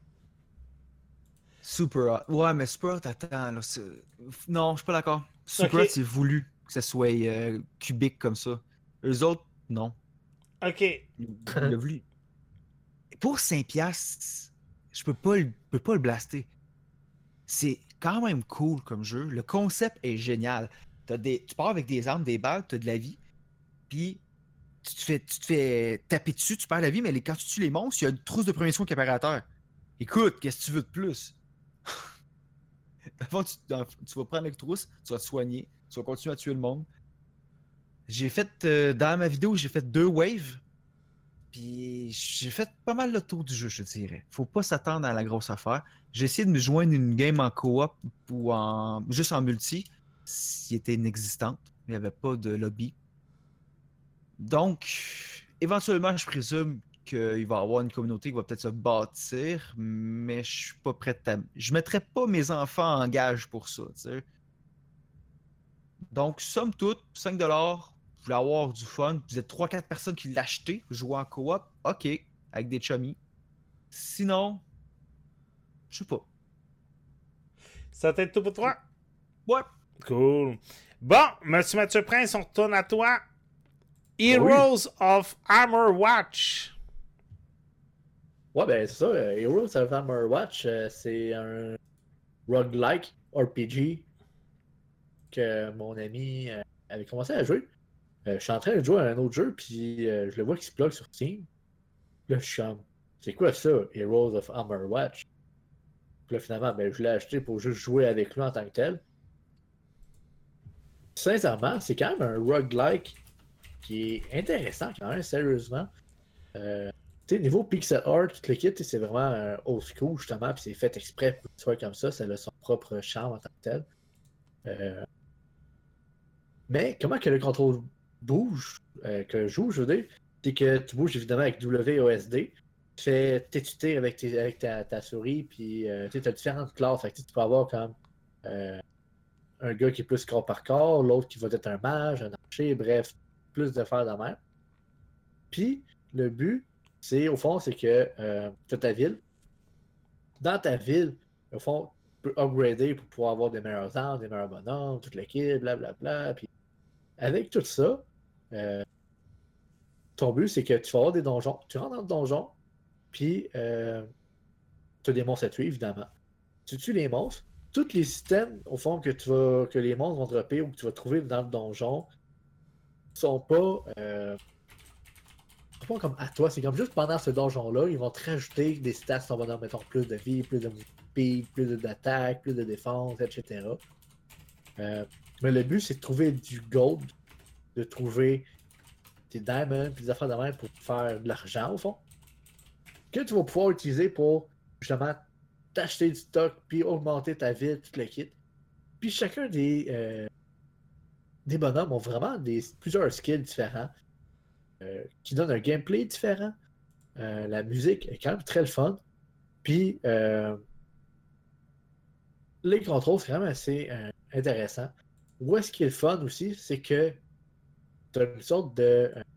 Super Hot. Ouais, mais Super Hot, attends. Là, non, je suis pas d'accord. Super okay. Hot, c'est voulu que ça soit euh, cubique comme ça. Eux autres, non. Ok. Il a voulu. Pour cinq piastres, je peux pas, le, peux pas le blaster. C'est quand même cool comme jeu. Le concept est génial. T'as des, tu pars avec des armes, des balles, tu as de la vie. Puis tu te, fais, tu te fais taper dessus, tu perds la vie, mais les, quand tu tues les monstres, il y a une trousse de premiers soins qui apparaît à terre. Écoute, qu'est-ce que tu veux de plus? Avant, tu, tu vas prendre la trousse, tu vas te soigner, tu vas continuer à tuer le monde. J'ai fait, euh, dans ma vidéo, j'ai fait deux waves. Puis j'ai fait pas mal le tour du jeu, je dirais. Faut pas s'attendre à la grosse affaire. J'ai essayé de me joindre une game en coop ou en juste en multi, qui était inexistante. Il n'y avait pas de lobby. Donc, éventuellement, je présume qu'il va y avoir une communauté qui va peut-être se bâtir, mais je suis pas prêt à... Je mettrais pas mes enfants en gage pour ça, tu sais. Donc, somme toute, cinq dollars. Vous voulez avoir du fun, vous êtes trois quatre personnes qui l'achètent, jouer en coop, ok, avec des chummies. Sinon, je sais pas. Ça t'aide tout pour toi? Ouais. Cool. Bon, Monsieur Mathieu Prince, on retourne à toi. Heroes oui. of Armor Watch. Ouais, ben c'est ça. Euh, Heroes of Armor Watch, euh, c'est un roguelike R P G que mon ami euh, avait commencé à jouer. Euh, je suis en train de jouer à un autre jeu, puis euh, je le vois qui se bloque sur Steam. Là, je suis comme, c'est quoi ça, Heroes of Armor Watch? Puis là, finalement, ben, je l'ai acheté pour juste jouer avec lui en tant que tel. Sincèrement, c'est quand même un roguelike qui est intéressant quand même, sérieusement. Euh, tu sais, niveau pixel art, tout le kit, c'est vraiment un old school, justement, puis c'est fait exprès pour que ce soit comme ça, ça a son propre charme en tant que tel. Euh... Mais comment que le contrôle bouge, euh, que je joue, je veux dire, c'est que tu bouges évidemment avec W A S D, tu fais t'étuter avec, tes, avec ta, ta souris, puis euh, tu as différentes classes, fait que tu peux avoir comme euh, un gars qui est plus corps par corps, l'autre qui va être un mage, un archer, bref, plus de faire de même. Puis, le but, c'est, au fond, c'est que euh, tu as ta ville. Dans ta ville, au fond, tu peux upgrader pour pouvoir avoir des meilleures armes, des meilleurs bonhommes, toute l'équipe, blablabla. Puis, avec tout ça, euh, ton but, c'est que tu vas avoir des donjons. Tu rentres dans le donjon, puis euh, tu as des monstres à tuer, évidemment. Tu tues les monstres. Tous les systèmes, au fond, que, tu vas, que les monstres vont dropper ou que tu vas trouver dans le donjon, sont pas, euh, sont pas comme à toi. C'est comme juste pendant ce donjon-là, ils vont te rajouter des stats sur ton bonhomme, mettons plus de vie, plus de speed, plus d'attaque, plus de défense, et cetera. Euh, mais le but, c'est de trouver du gold, de trouver des diamonds, puis des affaires de même pour faire de l'argent, au fond, que tu vas pouvoir utiliser pour, justement, t'acheter du stock, puis augmenter ta ville, tout le kit. Puis chacun des, euh, des bonhommes ont vraiment des, plusieurs skills différents, euh, qui donnent un gameplay différent. Euh, la musique est quand même très le fun. Puis euh, les contrôles, c'est quand même assez euh, intéressant. Où est-ce qu'il est le fun aussi, c'est que tu as une sorte de euh,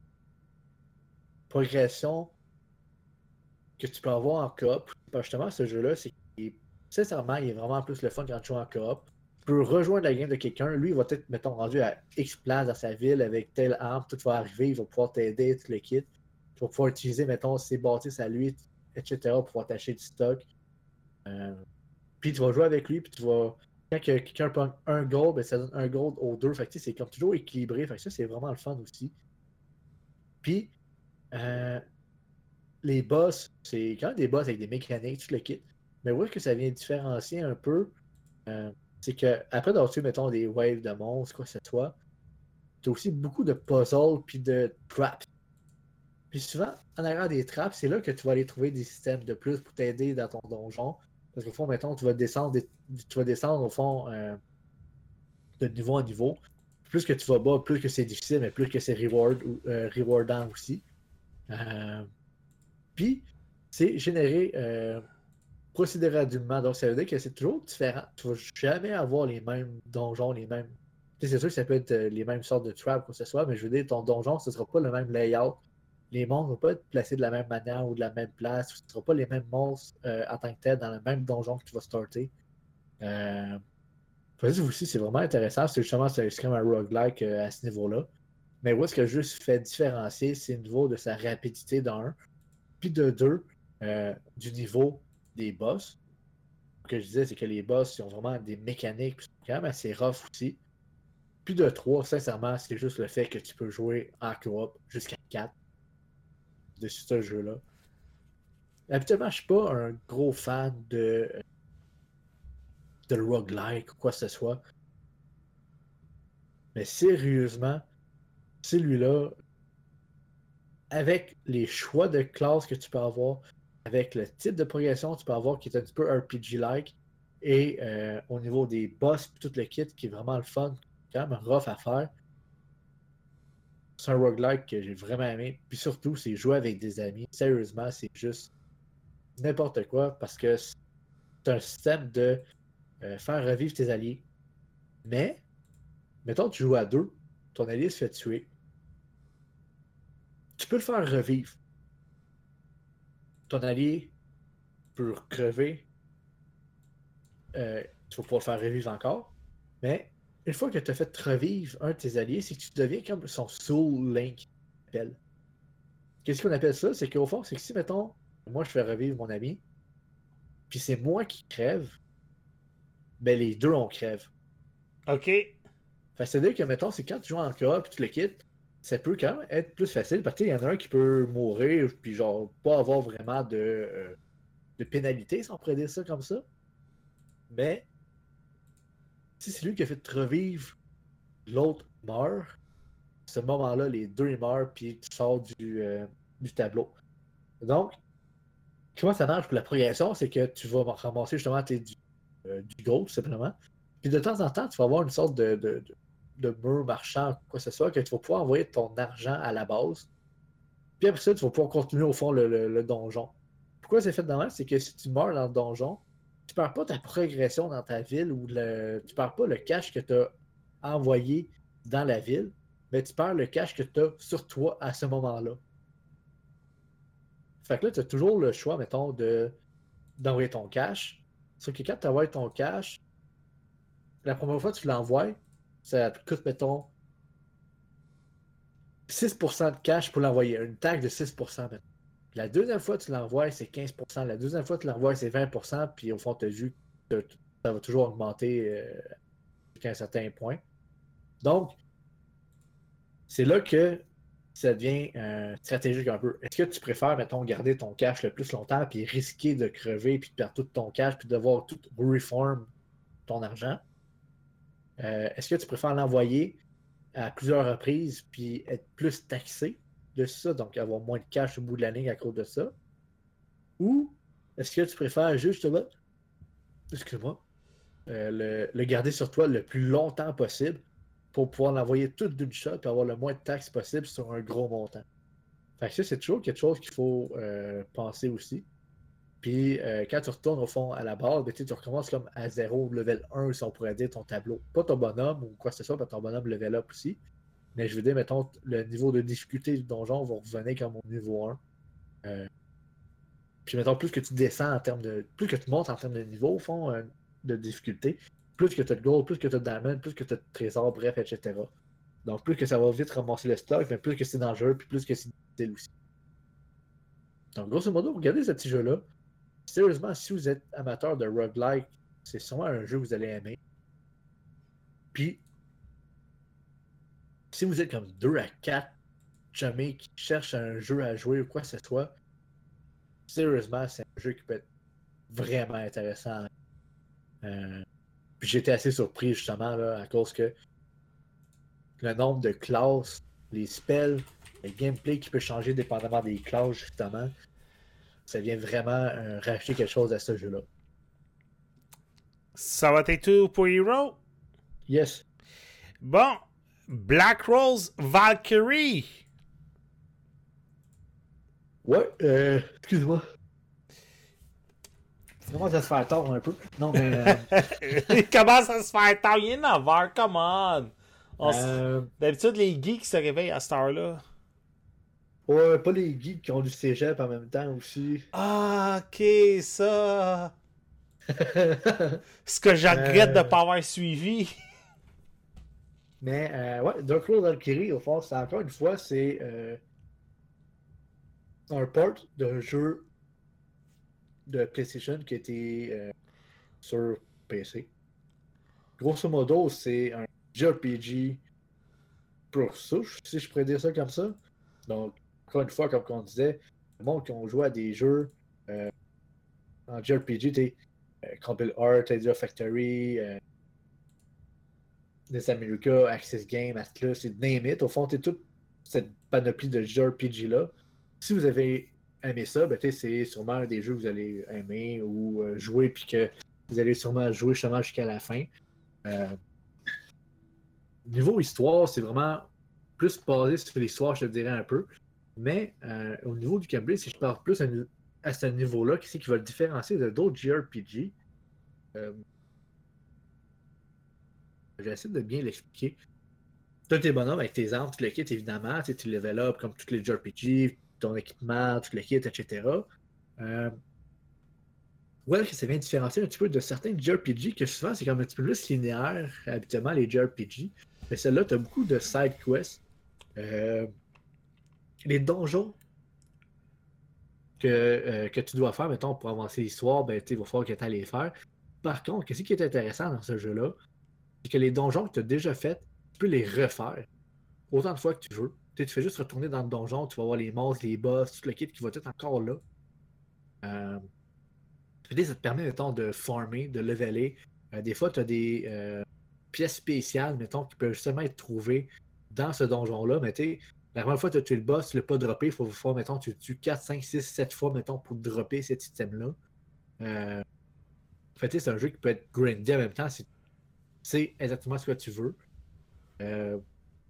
progression que tu peux avoir en coop. Justement, ce jeu-là, c'est qu'il sincèrement, il est vraiment plus le fun quand tu joues en coop. Tu peux rejoindre la game de quelqu'un. Lui, il va être, mettons, rendu à X place dans sa ville avec telle arme. Tout va arriver. Il va pouvoir t'aider, tout le kit. Tu vas pouvoir utiliser, mettons, ses bâtisses à lui, et cetera pour pouvoir t'acheter du stock. Euh, puis tu vas jouer avec lui, puis tu vas. Quand que quelqu'un prend un gold, ben, ça donne un gold aux deux. Fait que c'est comme toujours équilibré. Fait que ça, c'est vraiment le fun aussi. Puis, euh, les boss, c'est quand même des boss avec des mécaniques, tout le kit. Mais où est-ce que ça vient différencier un peu? Euh, c'est que après d'avoir tué, mettons, des waves de monstres, quoi que ce soit, t'as aussi beaucoup de puzzles puis de traps. Puis souvent, en arrière des traps, c'est là que tu vas aller trouver des systèmes de plus pour t'aider dans ton donjon. Parce qu'au fond, mettons, tu vas descendre, des... tu vas descendre au fond euh, de niveau en niveau. Plus que tu vas bas, plus que c'est difficile, mais plus que c'est reward, euh, rewardant aussi. Euh... Puis, c'est généré euh, procéduralement. Donc, ça veut dire que c'est toujours différent. Tu vas jamais avoir les mêmes donjons, les mêmes. Tu sais, c'est sûr que ça peut être euh, les mêmes sortes de traps, quoi que ce soit, mais je veux dire, ton donjon, ce ne sera pas le même layout. Les monstres ne vont pas être placés de la même manière ou de la même place. Ce ne sera pas les mêmes monstres euh, en tant que tel dans le même donjon que tu vas starter. Euh... Vas-y, aussi, c'est vraiment intéressant. C'est justement, c'est comme un roguelike euh, à ce niveau-là. Mais où est-ce que le jeu se fait différencier, c'est au niveau de sa rapidité d'un. Puis de deux, euh, du niveau des boss. Ce que je disais, c'est que les boss ils ont vraiment des mécaniques qui sont quand même assez rough aussi. Puis de trois, sincèrement, c'est juste le fait que tu peux jouer en coop jusqu'à quatre de ce jeu-là. Habituellement, je ne suis pas un gros fan de, de roguelike ou quoi que ce soit. Mais sérieusement, celui-là, avec les choix de classes que tu peux avoir, avec le type de progression que tu peux avoir qui est un petit peu R P G-like, et euh, au niveau des boss et tout le kit qui est vraiment le fun, quand même rough à faire. C'est un roguelike que j'ai vraiment aimé. Puis surtout, c'est jouer avec des amis. Sérieusement, c'est juste n'importe quoi parce que c'est un système de euh, faire revivre tes alliés. Mais, mettons que tu joues à deux, ton allié se fait tuer. Tu peux le faire revivre. Ton allié peut crever. Euh, tu vas pouvoir le faire revivre encore. Mais une fois que tu as fait revivre un de tes alliés, c'est que tu deviens comme son Soul Link. Qu'est-ce qu'on appelle ça? C'est qu'au fond, c'est que si, mettons, moi je fais revivre mon ami, puis c'est moi qui crève, ben les deux on crève. OK. Fait c'est-à-dire que, mettons, c'est quand tu joues en coop et tu le quittes, ça peut quand même être plus facile parce qu'il y en a un qui peut mourir puis genre pas avoir vraiment de, euh, de pénalité, si on pourrait dire ça comme ça. Mais si c'est lui qui a fait revivre, l'autre meurt, à ce moment-là, les deux ils meurent puis tu sors du, euh, du tableau. Donc, comment ça marche pour la progression, c'est que tu vas ramasser justement tes, du, euh, du gold, tout simplement. Puis de temps en temps, tu vas avoir une sorte de, de, de, de mur marchand, quoi que ce soit, que tu vas pouvoir envoyer ton argent à la base. Puis après ça, tu vas pouvoir continuer au fond le, le, le donjon. Pourquoi c'est fait de même? C'est que si tu meurs dans le donjon, tu perds pas ta progression dans ta ville ou le, tu perds pas le cash que tu as envoyé dans la ville, mais tu perds le cash que tu as sur toi à ce moment-là. Fait que là, tu as toujours le choix, mettons, de, d'envoyer ton cash. Sauf que quand tu envoies ton cash, la première fois que tu l'envoies, ça te coûte, mettons, six pour cent de cash pour l'envoyer. Une taxe de six pour cent, mettons. La deuxième fois que tu l'envoies, c'est quinze pour cent. La deuxième fois que tu l'envoies, c'est vingt pour cent. Puis au fond, tu as vu que ça va toujours augmenter euh, jusqu'à un certain point. Donc, c'est là que ça devient euh, stratégique un peu. Est-ce que tu préfères, mettons, garder ton cash le plus longtemps puis risquer de crever puis de perdre tout ton cash puis de devoir tout reform ton argent? Euh, est-ce que tu préfères l'envoyer à plusieurs reprises puis être plus taxé de ça, donc avoir moins de cash au bout de la ligne à cause de ça? Ou est-ce que tu préfères justement, excuse-moi, euh, le, le garder sur toi le plus longtemps possible pour pouvoir l'envoyer tout d'une shot et avoir le moins de taxes possible sur un gros montant? Fait que ça, c'est toujours quelque chose qu'il faut euh, penser aussi. Puis euh, quand tu retournes au fond à la base, ben, tu recommences comme à zéro, level un, si on pourrait dire ton tableau. Pas ton bonhomme ou quoi que ce soit, pas ton bonhomme level up aussi. Mais je veux dire, mettons, le niveau de difficulté du donjon va revenir comme au niveau un. Euh, puis mettons, plus que tu descends en termes de. Plus que tu montes en termes de niveau, au fond, euh, de difficulté, plus que tu as de gold, plus que tu as de damage, plus que tu as de trésors, bref, et cetera. Donc plus que ça va vite ramasser le stock, mais plus que c'est dangereux, puis plus que c'est difficile aussi. Donc grosso modo, regardez ce petit jeu-là. Sérieusement, si vous êtes amateur de roguelike, c'est sûrement un jeu que vous allez aimer. Puis, si vous êtes comme deux à quatre chummies qui cherchent un jeu à jouer ou quoi que ce soit, sérieusement, c'est un jeu qui peut être vraiment intéressant. Euh, puis j'étais assez surpris justement là, à cause que le nombre de classes, les spells, le gameplay qui peut changer dépendamment des classes, justement, ça vient vraiment euh, racheter quelque chose à ce jeu-là. Ça va être tout pour Hero? Yes. Bon, Black Rose Valkyrie. Ouais, euh, excuse-moi. Ça commence à se faire tard un peu. Non, mais. Euh, Il commence à se faire tard. Il est neuf heures, come on. on euh, D'habitude, les geeks se réveillent à cette heure-là. Ouais, pas les geeks qui ont du cégep en même temps aussi. Ah, ok, ça. Ce que je regrette Euh, de ne pas avoir suivi. Mais, euh, ouais, Dark Rose Valkyrie, au fond, c'est encore une fois, c'est euh, un port d'un jeu de PlayStation qui a été euh, sur P C. Grosso modo, c'est un J R P G pour souche, si je pourrais dire ça comme ça. Donc, encore une fois, comme on disait, le monde qui ont joué à des jeux euh, en J R P G, t'es euh, Compile Art, Idea Factory, euh, Des America, Access Game, Atlus, et name it. Au fond, t'es toute cette panoplie de J R P G-là. Si vous avez aimé ça, ben, c'est sûrement un des jeux que vous allez aimer ou euh, jouer, puis que vous allez sûrement jouer justement jusqu'à la fin. Euh, niveau histoire, c'est vraiment plus basé sur l'histoire, je te dirais un peu. Mais euh, au niveau du gameplay, si je parle plus à, à ce niveau-là, qui c'est qui va le différencier de d'autres J R P G, euh, j'essaie de bien l'expliquer. Tu as tes bonhommes avec tes armes, tu le kit évidemment, tu, tu level up comme tous les J R P G, ton équipement, tu le kit, et cetera. Euh, ouais, que ça vient différencier un petit peu de certains J R P G que souvent c'est comme un petit peu plus linéaire, habituellement les J R P G. Mais celle-là, tu as beaucoup de side quests. Euh, les donjons que, euh, que tu dois faire, mettons, pour avancer l'histoire, ben, il va falloir que tu ailles les faire. Par contre, qu'est-ce qui est intéressant dans ce jeu-là, c'est que les donjons que tu as déjà faits, tu peux les refaire autant de fois que tu veux. Tu fais juste retourner dans le donjon, tu vas voir les monstres, les boss, tout le kit qui va être encore là. Euh, ça te permet, mettons, de farmer, de leveler. Euh, des fois, tu as des euh, pièces spéciales, mettons, qui peuvent justement être trouvées dans ce donjon-là. Mais tu sais, la première fois que tu as tué le boss, tu ne l'as pas droppé, il faut faire, mettons, tu le tues quatre, cinq, six, sept fois, mettons, pour dropper cet item-là. Euh, en fait, c'est un jeu qui peut être grindé en même temps. C'est exactement ce que tu veux. Euh,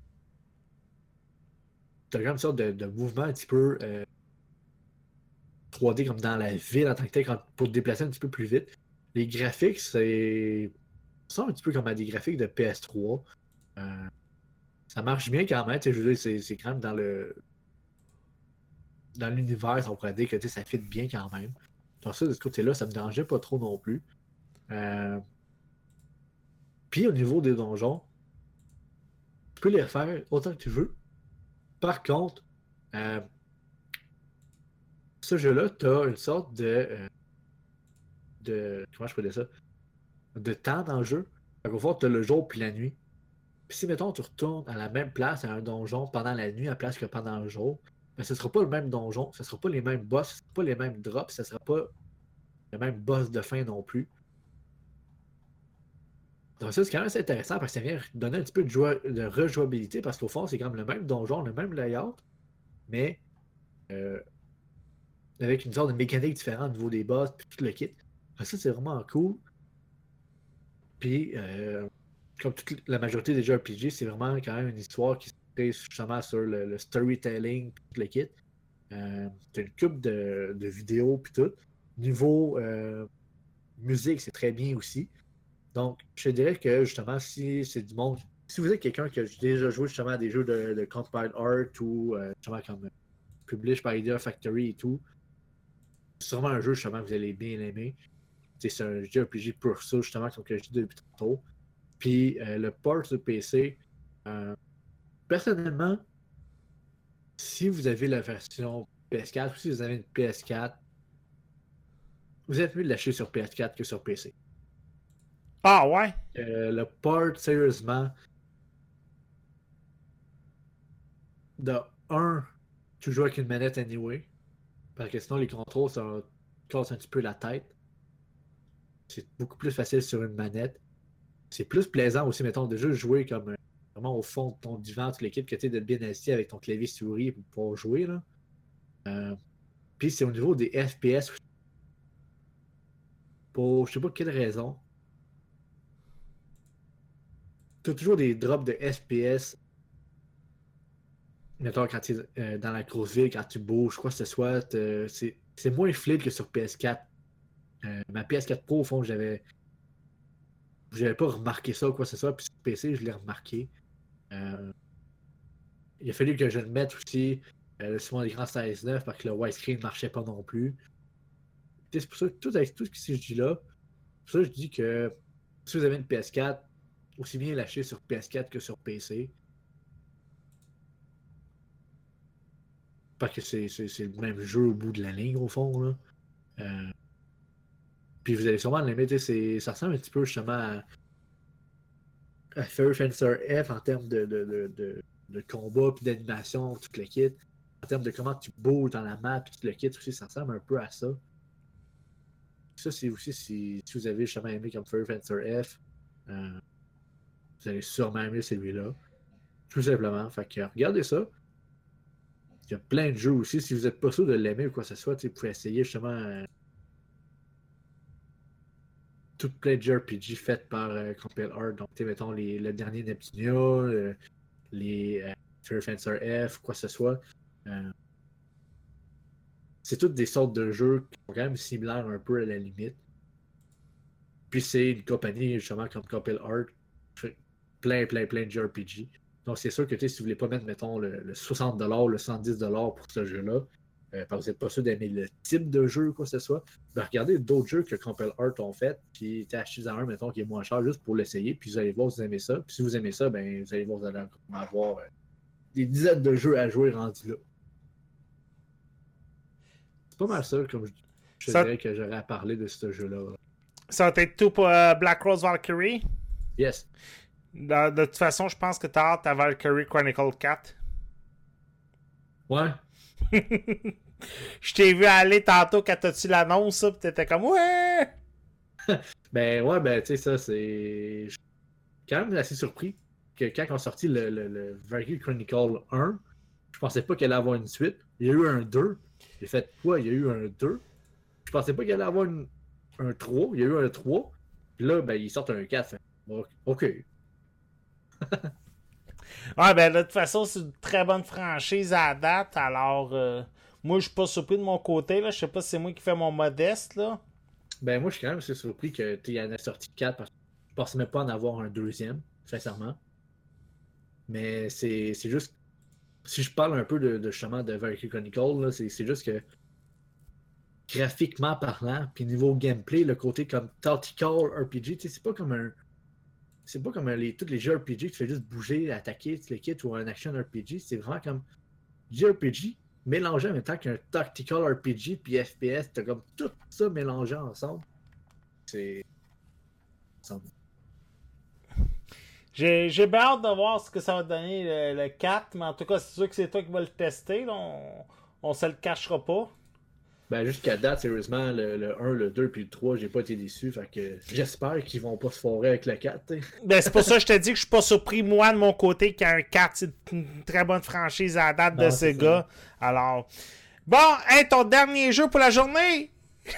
tu as une sorte de, de mouvement un petit peu euh, trois D comme dans la ville en tant que tel pour te déplacer un petit peu plus vite. les graphiques, c'est. Ça un petit peu comme à des graphiques de P S trois. Euh, ça marche bien quand même. Je veux dire, c'est, c'est quand même dans le. Dans l'univers, on pourrait dire que ça fit bien quand même. Donc ça, de ce côté-là, ça me dérangeait pas trop non plus. Euh... Puis au niveau des donjons, tu peux les refaire autant que tu veux. Par contre, euh... ce jeu-là, tu as une sorte de, euh... de. Comment je peux dire ça? De temps dans le jeu. Au fond, tu as le jour puis la nuit. Puis si, mettons, tu retournes à la même place, à un donjon pendant la nuit à la place que pendant le jour, ben, ce ne sera pas le même donjon, ce ne sera pas les mêmes boss, ce ne sera pas les mêmes drops, ce ne sera pas le même boss de fin non plus. Donc ça, c'est quand même assez intéressant parce que ça vient donner un petit peu de, joie, de rejouabilité parce qu'au fond, c'est comme le même donjon, le même layout, mais euh, avec une sorte de mécanique différente au niveau des boss puis tout le kit. Donc ça, c'est vraiment cool. Puis, euh, comme toute la majorité des jeux R P G, c'est vraiment quand même une histoire qui se fait justement sur le, le storytelling puis tout le kit. Euh, t'as une couple de, de vidéos puis tout. Niveau euh, musique, c'est très bien aussi. Donc, je te dirais que justement, si c'est du monde, si vous êtes quelqu'un qui a déjà joué justement à des jeux de, de Compiled Art ou euh, justement comme euh, Published by Idea Factory et tout, c'est vraiment un jeu justement que vous allez bien aimer. T'sais, c'est un jeu R P G pour ça, justement, comme que je dis depuis tantôt. Puis euh, le port sur P C, euh, personnellement, si vous avez la version P S quatre ou si vous avez une P S quatre, vous êtes mieux de l'acheter sur P S quatre que sur P C. Ah ouais? Euh, le port, sérieusement, de un, tu joues avec une manette anyway, parce que sinon les contrôles, ça casse un petit peu la tête. C'est beaucoup plus facile sur une manette. C'est plus plaisant aussi, mettons, de juste jouer comme euh, vraiment au fond de ton divan, toute l'équipe, que tu es de bien assis avec ton clavier souris pour pouvoir jouer. Là. Euh, Puis c'est au niveau des F P S. Pour je sais pas quelle raison. Tu as toujours des drops de F P S. Mettons, quand tu es euh, dans la grosse ville, quand tu bouges, quoi que ce soit, euh, c'est, c'est moins fluide que sur P S quatre. Euh, ma P S quatre Pro, au fond, j'avais. J'avais pas remarqué ça ou quoi que ce soit, puis sur P C, je l'ai remarqué. Euh, il a fallu que je le mette aussi euh, sur mon écran seize neuf parce que le widescreen ne marchait pas non plus. C'est pour ça que tout avec tout ce que je dis là, pour ça que je dis que si vous avez une P S quatre, aussi bien l'acheter sur P S quatre que sur P C. Parce que c'est, c'est, c'est le même jeu au bout de la ligne, au fond. Là. Euh, Puis vous allez sûrement l'aimer. C'est, ça ressemble un petit peu justement à, à Fire Fencer F en termes de, de, de, de, de combat puis d'animation, tout le kit. En termes de comment tu bouges dans la map, tout le kit aussi, ça ressemble un peu à ça. Ça, c'est aussi si, si vous avez justement aimé comme Fire Fencer F, euh, vous allez sûrement aimer celui-là. Tout simplement. Fait que regardez ça. Il y a plein de jeux aussi. Si vous n'êtes pas sûr de l'aimer ou quoi que ce soit, vous pouvez essayer justement euh, tout plein de jeux R P G faits par euh, Compile Art. Donc, mettons, les, le dernier Neptunia, euh, les euh, Fire Fencer F, quoi que ce soit. Euh, c'est toutes des sortes de jeux qui sont quand même similaires un peu à la limite. Puis c'est une compagnie, justement, comme Compile Art, fait plein, plein, plein de jeux R P G. Donc c'est sûr que si vous voulez pas mettre, mettons, le, le soixante dollars, le cent dix dollars pour ce jeu-là, euh, parce que vous n'êtes pas sûr d'aimer le type de jeu, quoi que ce soit, ben regardez d'autres jeux que Compile Art ont fait, puis achetez-en un, mettons, qui est moins cher, juste pour l'essayer, puis vous allez voir si vous aimez ça. Puis si vous aimez ça, ben vous allez voir, vous allez avoir euh, des dizaines de jeux à jouer rendus là. C'est pas mal ça, comme je, je ça... dirais que j'aurais à parler de ce jeu-là. Ça va être tout pour euh, Black Rose Valkyrie? Yes. De, de toute façon, je pense que t'as hâte à Valkyrie Chronicle quatre. Ouais. Je t'ai vu aller tantôt quand t'as-tu l'annonce, pis t'étais comme ouais! Ben ouais, ben tu sais, ça c'est. Je suis quand même assez surpris que quand on a sorti le, le, le Valkyrie Chronicle un, je pensais pas qu'elle allait avoir une suite. Il y a eu un deux. J'ai fait quoi? Il y a eu un deux. Je pensais pas qu'il allait avoir une, un trois. Il y a eu un trois. Puis là, ben ils sortent un quatre. Fait, ok. Ouais, ben de toute façon, c'est une très bonne franchise à la date. Alors, euh, moi, je suis pas surpris de mon côté. Là. Je sais pas si c'est moi qui fais mon modeste. Là. Ben, moi, je suis quand même assez surpris que tu y en as sorti quatre parce que je pensais même pas en avoir un deuxième, sincèrement. Mais c'est c'est juste. Si je parle un peu de, de justement de Valkyrie Chronicle, là, c'est c'est juste que graphiquement parlant, puis niveau gameplay, le côté comme tactical R P G, tu sais, c'est pas comme un. C'est pas comme un- les, tous les jeux R P G, tu fais juste bouger, attaquer, tu les quittes, ou un action R P G. C'est vraiment comme J R P G mélangé en même temps qu'un tactical R P G puis F P S. T'as comme tout ça mélangé ensemble. C'est. J'ai j'ai bien hâte de voir ce que ça va donner le, le quatre, mais en tout cas, c'est sûr que c'est toi qui vas le tester. Là. On, on se le cachera pas. Ben, jusqu'à date, sérieusement, le, le un, le deux puis le trois, j'ai pas été déçu. Fait que j'espère qu'ils vont pas se foirer avec le quatre. T'sais. Ben, c'est pour ça que je te dis que je suis pas surpris, moi, de mon côté, qu'un quatre, c'est une très bonne franchise à la date de Non, ce c'est ça. gars. Alors, bon, hey, ton dernier jeu pour la journée!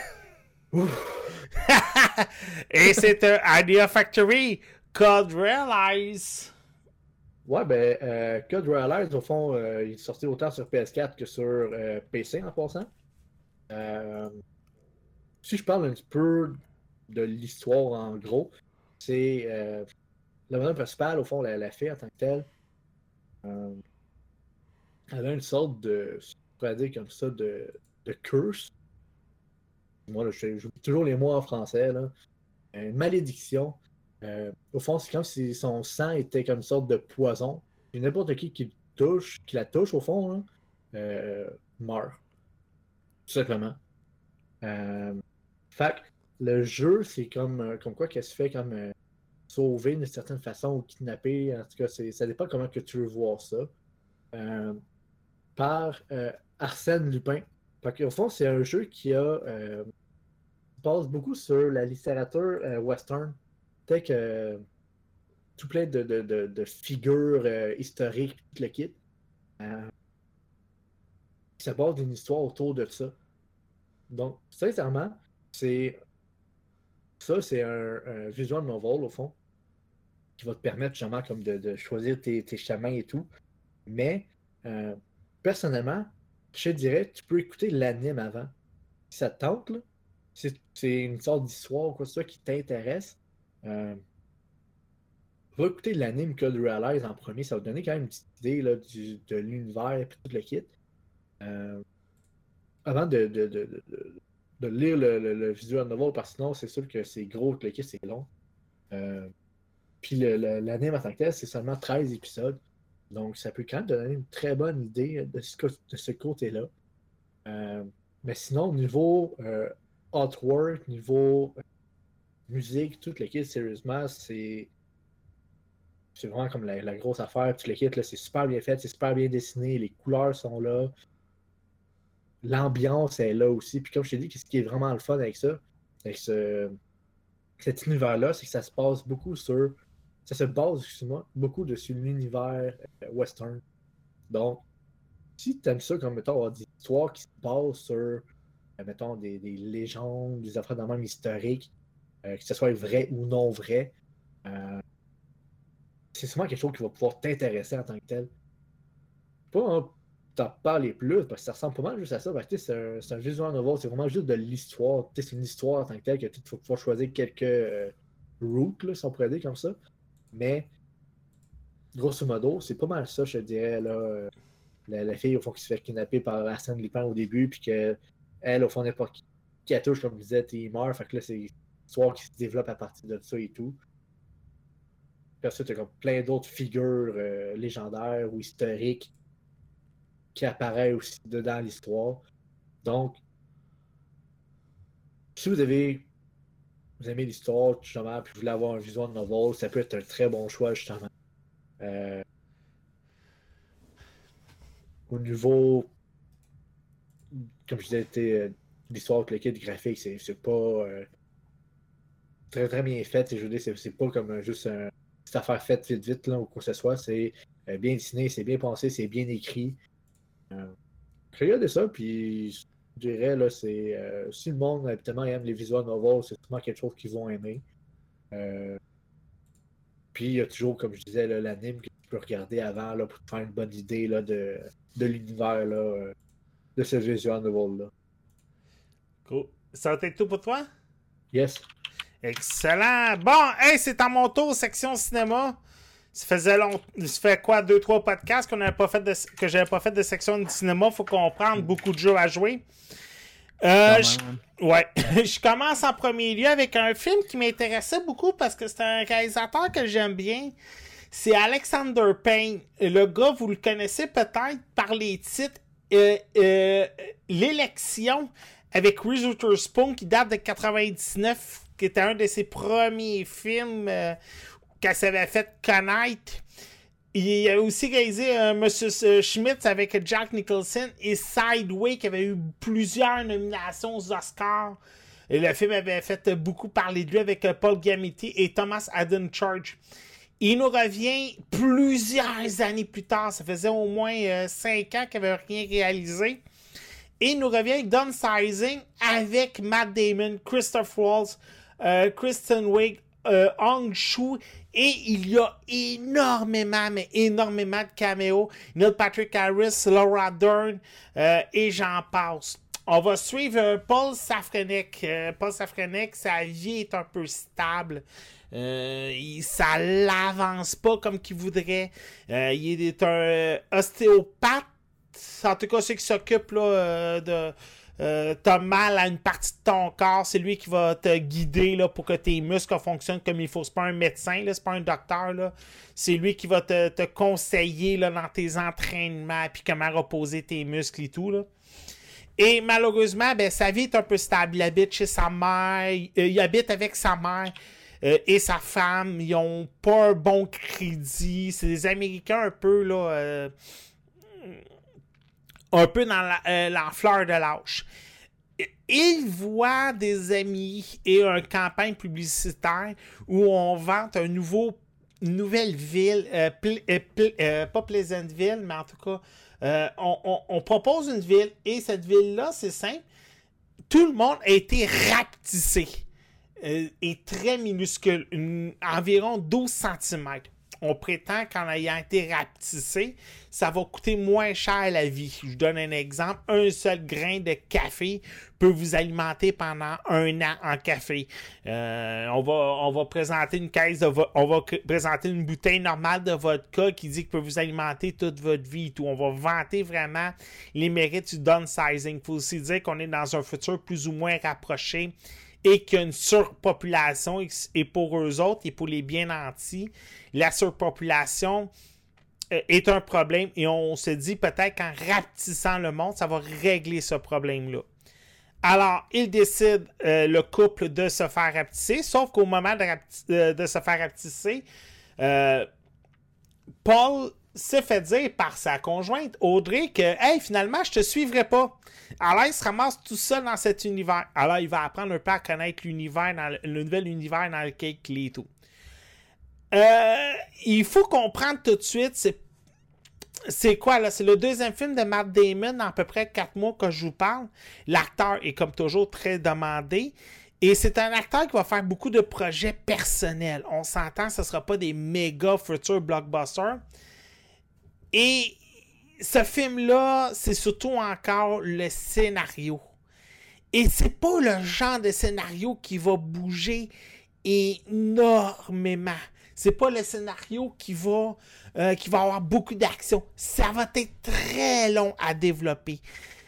Et c'est un Idea Factory Code Realize. Ouais, ben, euh, Code Realize, au fond, euh, il est sorti autant sur P S quatre que sur euh, P C en passant. Euh, si je parle un petit peu de l'histoire en gros, c'est euh, le modèle principal, au fond, la, la fille en tant que telle, euh, elle a une sorte de, je pourrais dire comme ça, de, de curse. Moi, là, je joue toujours les mots en français, là. Une malédiction. Euh, au fond, c'est comme si son sang était comme une sorte de poison. Et n'importe qui qui le touche, qui la touche, au fond, là, euh, meurt. Tout simplement. Euh, fait que le jeu, c'est comme, euh, comme quoi qu'elle se fait comme euh, sauver d'une certaine façon ou kidnapper. En tout cas, c'est, ça dépend comment que tu veux voir ça. Euh, par euh, Arsène Lupin. Fait que, au fond, c'est un jeu qui a euh, base beaucoup sur la littérature euh, western. Peut-être que euh, tout plein de, de, de, de figures euh, historiques, tout le kit. Euh, ça base d'une histoire autour de ça. Donc, sincèrement, c'est ça, c'est un, un visual novel, au fond, qui va te permettre justement comme de, de choisir tes, tes chemins et tout. Mais, euh, personnellement, je te dirais, tu peux écouter l'anime avant. Si ça te tente, là, si c'est une sorte d'histoire ou quoi que ce soit qui t'intéresse, euh, va écouter l'anime Code Realize en premier. Ça va te donner quand même une petite idée là, du, de l'univers et tout le kit. Euh, avant de, de, de, de, de lire le, le, le visual novel, parce que sinon, c'est sûr que c'est gros, que le kit, c'est long. Euh, Puis le- le- l'anime en tant que tel, c'est seulement treize épisodes. Donc, ça peut quand même te donner une très bonne idée de ce, de ce côté-là. Euh, mais sinon, niveau euh, artwork, niveau euh, musique, tout le kit, sérieusement, c'est c'est vraiment comme la, la grosse affaire. Tout le kit, là, c'est super bien fait, c'est super bien dessiné, les couleurs sont là, l'ambiance est là aussi. Puis comme je t'ai dit, ce qui est vraiment le fun avec ça, avec ce, cet univers-là, c'est que ça se passe beaucoup sur. Ça se base, excuse-moi, beaucoup de, sur l'univers euh, western. Donc, si tu aimes ça, comme mettons, avoir des histoires qui se basent sur, euh, mettons, des, des légendes, des affaires de même historiques, euh, que ce soit vrai ou non vrai, euh, c'est sûrement quelque chose qui va pouvoir t'intéresser en tant que tel. Pas en t'en parler plus, parce que ça ressemble pas mal juste à ça. Parce que c'est un, c'est un visual novel, c'est vraiment juste de l'histoire. C'est une histoire en tant que telle que tu vas pouvoir choisir quelques euh, routes, là, si on pourrait dire comme ça. Mais grosso modo, c'est pas mal ça, je te dirais. Là, euh, la, la fille, au fond, qui se fait kidnapper par Arsène Lupin au début, puis qu'elle, au fond, n'importe qui qui la touche, comme je disais, il meurt. Fait que là, c'est une histoire qui se développe à partir de ça et tout. Puis ensuite, tu as comme plein d'autres figures euh, légendaires ou historiques qui apparaissent aussi dedans l'histoire. Donc, si vous avez vous aimez l'histoire, justement, puis vous voulez avoir un visual novel, ça peut être un très bon choix, justement. Euh, au niveau comme je disais, euh, l'histoire avec le kit graphique, c'est, c'est pas euh, très très bien fait. Je veux dire, c'est, c'est pas comme euh, juste un, une petite affaire faite vite vite là, ou quoi que ce soit. C'est euh, bien dessiné, c'est bien pensé, c'est bien écrit. Euh, regardez ça, puis je dirais, là, c'est euh, si le monde habituellement aime les visual novels, c'est sûrement quelque chose qu'ils vont aimer. Euh, puis il y a toujours, comme je disais, là, l'anime que tu peux regarder avant là, pour te faire une bonne idée là, de, de l'univers là, euh, de ce visual novel-là. Cool. Ça va être tout pour toi? Yes. Excellent. Bon, hey, c'est à mon tour, section cinéma. Ça faisait long... Ça fait quoi, deux, trois podcasts qu'on n'avait pas fait de... que j'avais pas fait de section de cinéma. Faut qu'on prenne beaucoup de jeux à jouer. Euh, je... Ouais. Je commence en premier lieu avec un film qui m'intéressait beaucoup parce que c'est un réalisateur que j'aime bien. C'est Alexander Payne. Le gars, vous le connaissez peut-être par les titres euh, euh, L'élection avec Reese Witherspoon qui date de quatre-vingt-dix-neuf, qui était un de ses premiers films euh, qu'elle s'avait fait connaître. Il a aussi réalisé euh, Monsieur Schmidt avec Jack Nicholson et Sideway qui avait eu plusieurs nominations aux Oscars. Et le film avait fait beaucoup parler de lui avec euh, Paul Giamatti et Thomas Haden Church. Il nous revient plusieurs années plus tard. Ça faisait au moins euh, cinq ans qu'il n'avait rien réalisé. Et il nous revient avec Downsizing avec Matt Damon, Christoph Waltz, euh, Kristen Wiig, euh, Hong Chau. Et il y a énormément, mais énormément de caméos. Neil Patrick Harris, Laura Dern, euh, et j'en passe. On va suivre euh, Paul Safranek. Euh, Paul Safranek, sa vie est un peu stable. Euh, il, ça l'avance pas comme qu'il voudrait. Euh, il est un euh, ostéopathe. En tout cas, ceux qui s'occupent là, euh, de... Euh, t'as mal à une partie de ton corps, c'est lui qui va te guider là, pour que tes muscles fonctionnent comme il faut. C'est pas un médecin, là, c'est pas un docteur. Là. C'est lui qui va te, te conseiller là, dans tes entraînements puis comment reposer tes muscles et tout. Là. Et malheureusement, ben, sa vie est un peu stable. Il habite chez sa mère, il, euh, il habite avec sa mère euh, et sa femme. Ils ont pas un bon crédit. C'est des Américains un peu là. Euh, un peu dans la, euh, l'enfleur de l'âge. Il voit des amis et une campagne publicitaire où on vante un nouveau, une nouvelle ville, euh, pl- euh, pl- euh, pas Pleasantville, mais en tout cas, euh, on, on, on propose une ville et cette ville-là, c'est simple, tout le monde a été rapetissé euh, et très minuscule, une, environ douze centimètres. On prétend qu'en ayant été rapetissé, ça va coûter moins cher la vie. Je vous donne un exemple. Un seul grain de café peut vous alimenter pendant un an en café. Euh, on va, on va présenter une caisse de vo- on va présenter une bouteille normale de vodka qui dit qu'il peut vous alimenter toute votre vie et tout. On va vanter vraiment les mérites du downsizing. Il faut aussi dire qu'on est dans un futur plus ou moins rapproché et qu'il y a une surpopulation, et pour eux autres, et pour les bien nantis, la surpopulation euh, est un problème, et on se dit peut-être qu'en rapetissant le monde, ça va régler ce problème-là. Alors, ils décident, euh, le couple, de se faire rapetisser, sauf qu'au moment de, rapeti- euh, de se faire rapetisser, euh, Paul s'est fait dire par sa conjointe, Audrey, que « Hey, finalement, je te suivrai pas. » Alors, il se ramasse tout seul dans cet univers. Alors, il va apprendre un peu à connaître l'univers, dans le, le nouvel univers dans lequel il est tout. Euh, il faut comprendre tout de suite, c'est, c'est quoi, là? C'est le deuxième film de Matt Damon dans à peu près quatre mois que je vous parle. L'acteur est, comme toujours, très demandé. Et c'est un acteur qui va faire beaucoup de projets personnels. On s'entend, ce ne sera pas des méga futurs blockbusters. Et ce film-là, c'est surtout encore le scénario. Et c'est pas le genre de scénario qui va bouger énormément. C'est pas le scénario qui va, euh, qui va avoir beaucoup d'action. Ça va être très long à développer.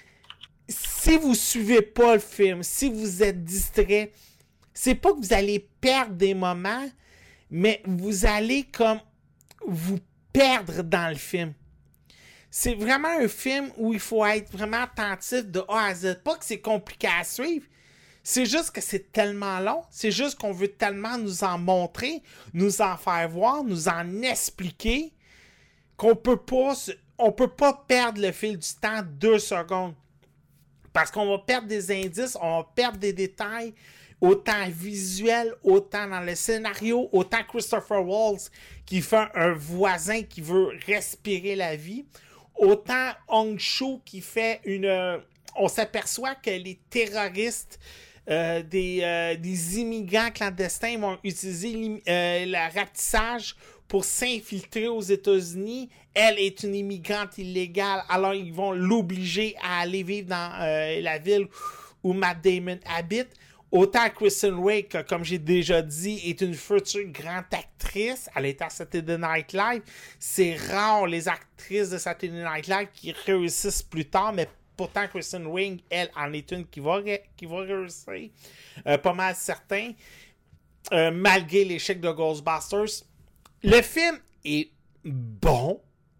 Si vous suivez pas le film, si vous êtes distrait, c'est pas que vous allez perdre des moments, mais vous allez comme vous perdre dans le film. C'est vraiment un film où il faut être vraiment attentif de A à Z. Pas que c'est compliqué à suivre, c'est juste que c'est tellement long, c'est juste qu'on veut tellement nous en montrer, nous en faire voir, nous en expliquer, qu'on peut pas, on peut pas perdre le fil du temps deux secondes. Parce qu'on va perdre des indices, on va perdre des détails, autant visuels, autant dans le scénario, autant Christopher Waltz qui fait un voisin qui veut respirer la vie, autant Hong Chau qui fait une... Euh, on s'aperçoit que les terroristes, euh, des, euh, des immigrants clandestins vont utiliser euh, le rapetissage pour s'infiltrer aux États-Unis. Elle est une immigrante illégale, alors ils vont l'obliger à aller vivre dans euh, la ville où Matt Damon habite. autant Kristen Wiig, que, comme j'ai déjà dit, est une future grande actrice. Elle est à Saturday Night Live. C'est rare, les actrices de Saturday Night Live qui réussissent plus tard, mais pourtant, Kristen Wiig, elle, en est une qui va, qui va réussir. Euh, pas mal certain. Euh, malgré l'échec de Ghostbusters. Le film est bon.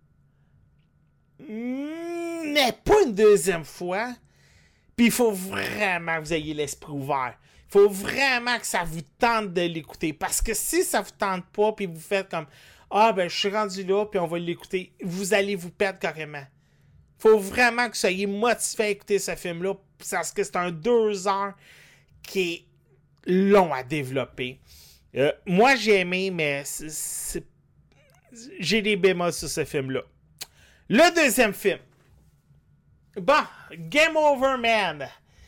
Mais pas une deuxième fois. Puis il faut vraiment que vous ayez l'esprit ouvert. Il faut vraiment que ça vous tente de l'écouter. Parce que si ça vous tente pas, puis vous faites comme ah ben je suis rendu là, puis on va l'écouter, vous allez vous perdre carrément. Il faut vraiment que vous soyez motivé à écouter ce film-là. Parce que c'est un deux heures qui est long à développer. Euh, moi j'ai aimé, mais c'est, c'est... j'ai des bémols sur ce film-là. Le deuxième film. Bon, Game Over Man.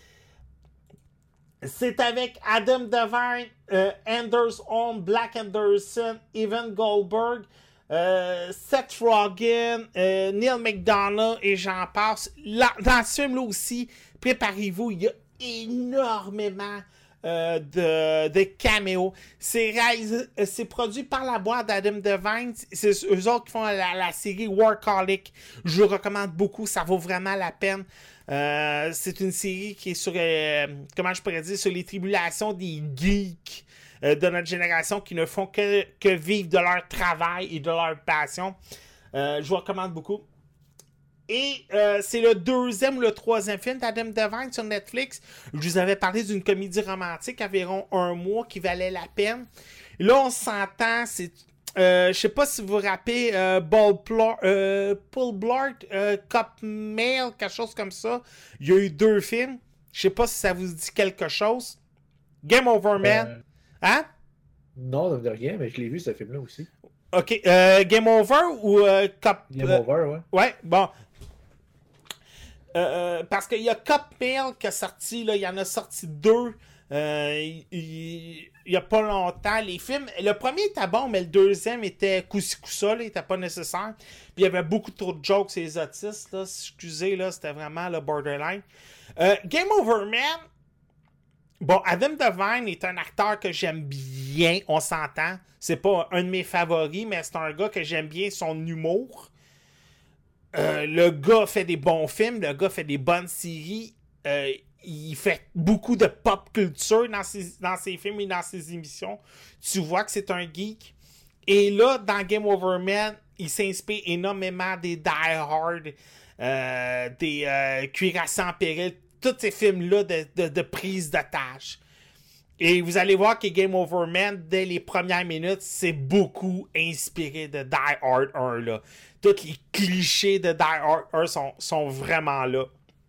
C'est avec Adam Devine, euh, Anders Holm, Black Anderson, Evan Goldberg, euh, Seth Rogen, euh, Neil McDonough et j'en passe. Là, dans ce film-là aussi, préparez-vous, il y a énormément euh, de, de caméos. C'est, réalisé, c'est produit par la boîte d'Adam Devine. C'est eux autres qui font la, la série Workaholic. Je vous recommande beaucoup, ça vaut vraiment la peine. Euh, c'est une série qui est sur, euh, comment je pourrais dire, sur les tribulations des geeks euh, de notre génération qui ne font que, que vivre de leur travail et de leur passion. Euh, je vous recommande beaucoup. Et euh, c'est le deuxième ou le troisième film d'Adam Devine sur Netflix. Je vous avais parlé d'une comédie romantique environ un mois qui valait la peine. Là, on s'entend, c'est... Euh, je sais pas si vous vous rappelez euh, Ballplor, euh, Pull Blart, euh, Cop Mail, quelque chose comme ça. Il y a eu deux films. Je sais pas si ça vous dit quelque chose. Game Over Man. Euh... Hein? Non, ça ne dit rien, mais je l'ai vu ce film-là aussi. Ok. Euh, Game Over ou euh, Cop... Game euh, Over, ouais. Ouais, bon. Euh, parce qu'il y a Cop Mail qui a sorti, là, il y en a sorti deux. Euh, il n'y a pas longtemps, les films, le premier était bon, mais le deuxième était coussi coussa, il n'était pas nécessaire. Puis il y avait beaucoup trop de jokes et les autistes, là, excusez, là, c'était vraiment le borderline. Euh, Game Over Man, bon, Adam Devine est un acteur que j'aime bien, on s'entend. C'est pas un de mes favoris, mais c'est un gars que j'aime bien, son humour. Euh, le gars fait des bons films, le gars fait des bonnes séries. Euh, il fait beaucoup de pop culture dans ses, dans ses films et dans ses émissions. Tu vois que c'est un geek. Et là, dans Game Over Man, il s'inspire énormément des Die Hard, euh, des euh, Cuirassés en péril, tous ces films-là de, de, de prise d'otage. Et vous allez voir que Game Over Man, dès les premières minutes, c'est beaucoup inspiré de Die Hard un, là. Tous les clichés de Die Hard un sont, sont vraiment là.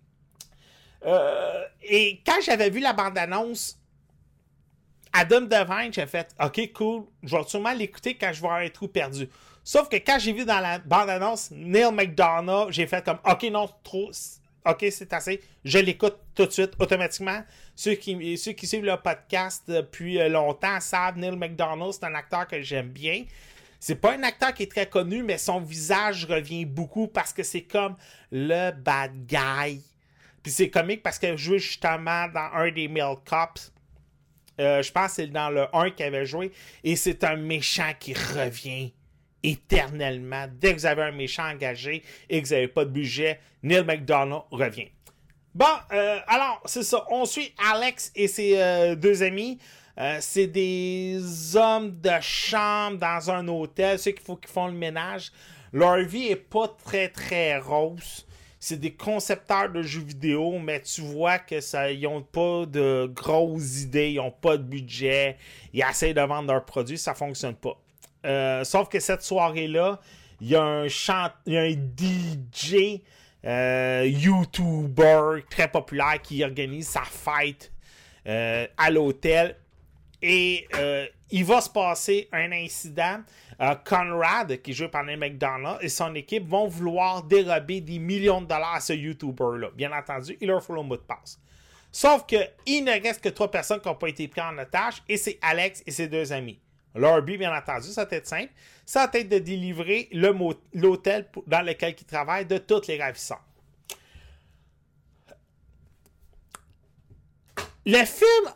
Euh, et quand j'avais vu la bande-annonce, Adam Devine, j'ai fait « Ok, cool, je vais sûrement l'écouter quand je vais avoir un trou perdu. » Sauf que quand j'ai vu dans la bande-annonce Neil McDonough, j'ai fait comme « Ok, non, trop, ok, c'est assez. » Je l'écoute tout de suite, automatiquement. Ceux qui, ceux qui suivent le podcast depuis longtemps savent Neil McDonough, c'est un acteur que j'aime bien. C'est pas un acteur qui est très connu, mais son visage revient beaucoup parce que c'est comme le bad guy. Puis c'est comique parce qu'elle jouait justement dans un des Male Cops. Euh, je pense que c'est dans le un qu'il avait joué. Et c'est un méchant qui revient éternellement. Dès que vous avez un méchant engagé et que vous n'avez pas de budget, Neil McDonough revient. Bon, euh, alors, c'est ça. On suit Alex et ses euh, deux amis. Euh, c'est des hommes de chambre dans un hôtel. Ceux qu'il faut qu'ils font le ménage. Leur vie est pas très, très rose. C'est des concepteurs de jeux vidéo, mais tu vois que ça, ils n'ont pas de grosses idées, ils n'ont pas de budget, ils essayent de vendre leurs produits, ça ne fonctionne pas. Euh, sauf que cette soirée-là, il y a un chant, il y a un D J, euh, YouTuber très populaire qui organise sa fête euh, à l'hôtel. Et euh, il va se passer un incident. Euh, Conrad, qui joue par Neil McDonough, et son équipe vont vouloir dérober des millions de dollars à ce YouTuber-là. Bien entendu, il leur faut le mot de passe. Sauf qu'il ne reste que trois personnes qui n'ont pas été prises en otage, et c'est Alex et ses deux amis. Leur but, bien entendu, ça va être simple. Ça va être de délivrer le mot, l'hôtel dans lequel ils travaillent de tous les ravisseurs. Le film a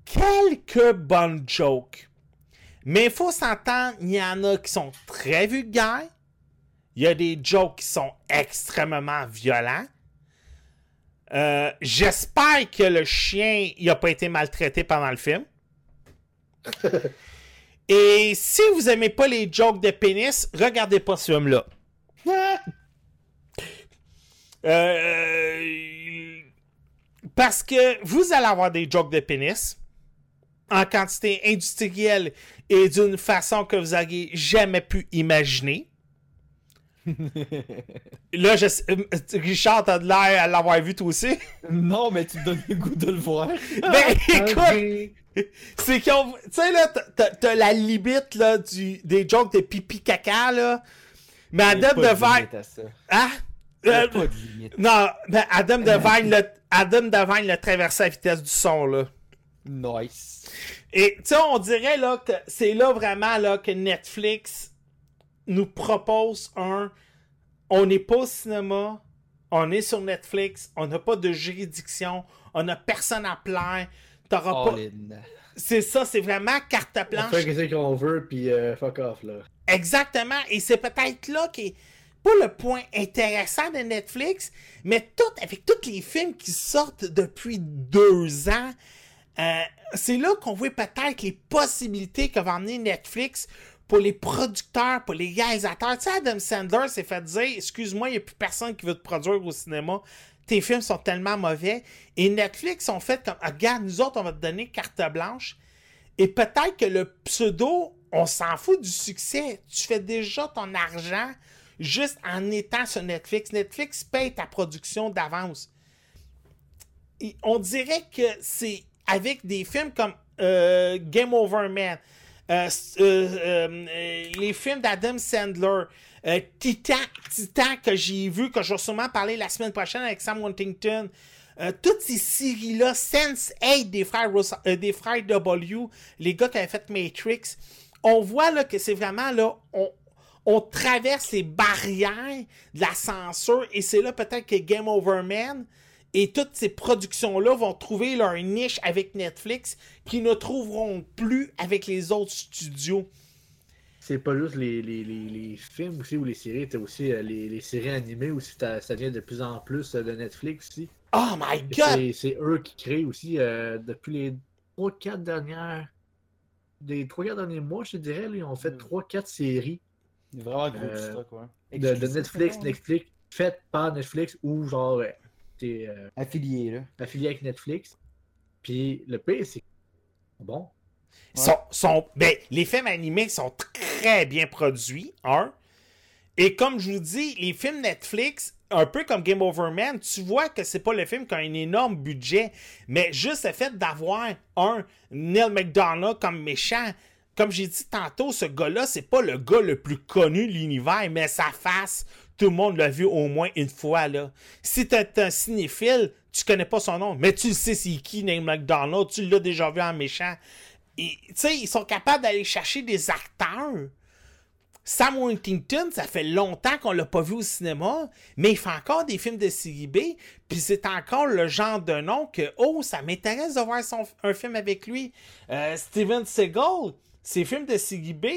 quelques bonnes jokes. Mais il faut s'entendre, il y en a qui sont très vulgaires. Il y a des jokes qui sont extrêmement violents. Euh, j'espère que le chien n'a pas été maltraité pendant le film. Et si vous aimez pas les jokes de pénis, regardez pas ce film-là. euh, parce que vous allez avoir des jokes de pénis en quantité industrielle et d'une façon que vous n'auriez jamais pu imaginer. Là, je... Richard, t'as de l'air à l'avoir vu toi aussi. Non, mais tu me donnes le goût de le voir. Ben écoute, c'est qu'on. Tu sais, là, t'as, t'as la limite là, du... des jokes de pipi caca, là. Mais Adam Devine. Hein? Euh... Pas de limite. Non, ben Adam Devine l'a Adam Devine l'a traversé à la vitesse du son, là. Nice. Et tu sais, on dirait là que c'est là vraiment là que Netflix nous propose un. On n'est pas au cinéma, on est sur Netflix, on n'a pas de juridiction, on n'a personne à plaire. T'auras pas. C'est ça, c'est vraiment carte blanche. On fait ce qu'on veut, puis euh, fuck off, là. Exactement, et c'est peut-être là qui est pas le point intéressant de Netflix, mais tout, avec tous les films qui sortent depuis deux ans, euh, c'est là qu'on voit peut-être les possibilités que va emmener Netflix pour les producteurs, pour les réalisateurs. Tu sais, Adam Sandler s'est fait dire « Excuse-moi, il n'y a plus personne qui veut te produire au cinéma. Tes films sont tellement mauvais. » Et Netflix ont fait comme « Regarde, nous autres, on va te donner carte blanche. » Et peut-être que le pseudo, on s'en fout du succès. Tu fais déjà ton argent juste en étant sur Netflix. Netflix paye ta production d'avance. Et on dirait que c'est avec des films comme euh, Game Over Man, euh, euh, euh, les films d'Adam Sandler, euh, Titan, Titan que j'ai vu, que je vais sûrement parler la semaine prochaine avec Sam Worthington. Euh, toutes ces séries-là, sense eight des frères, Rosa, euh, des frères W, les gars qui avaient fait Matrix, on voit là, que c'est vraiment là, on, on traverse les barrières de la censure et c'est là peut-être que Game Over Man et toutes ces productions-là vont trouver leur niche avec Netflix qui ne trouveront plus avec les autres studios. C'est pas juste les, les, les, les films aussi ou les séries, t'as aussi euh, les, les séries animées aussi, ça vient de plus en plus euh, de Netflix aussi. Oh my god! C'est, c'est eux qui créent aussi euh, depuis les trois quatre dernières. Des trois quatre derniers mois, je te dirais, là, ils ont fait trois quatre séries. Vraiment gros euh, stock, ouais. De, de Netflix, Netflix, faites par Netflix ou genre euh, t'es euh, affilié là. Affilié avec Netflix. Puis le pire, c'est bon. Ouais. Sont, sont, ben, les films animés sont très bien produits, hein? Et comme je vous dis, les films Netflix, un peu comme Game Over Man, tu vois que c'est pas le film qui a un énorme budget, mais juste le fait d'avoir un Neil McDonough comme méchant, comme j'ai dit tantôt, ce gars-là, c'est pas le gars le plus connu de l'univers, mais sa face, tout le monde l'a vu au moins une fois, là. Si t'es un cinéphile, tu connais pas son nom, mais tu le sais c'est qui Neil McDonough, tu l'as déjà vu en méchant. Et, tu sais, ils sont capables d'aller chercher des acteurs. Sam Worthington, ça fait longtemps qu'on l'a pas vu au cinéma, mais il fait encore des films de série B, puis c'est encore le genre de nom que, oh, ça m'intéresse de voir son, un film avec lui. Euh, Steven Seagal, ses films de série B,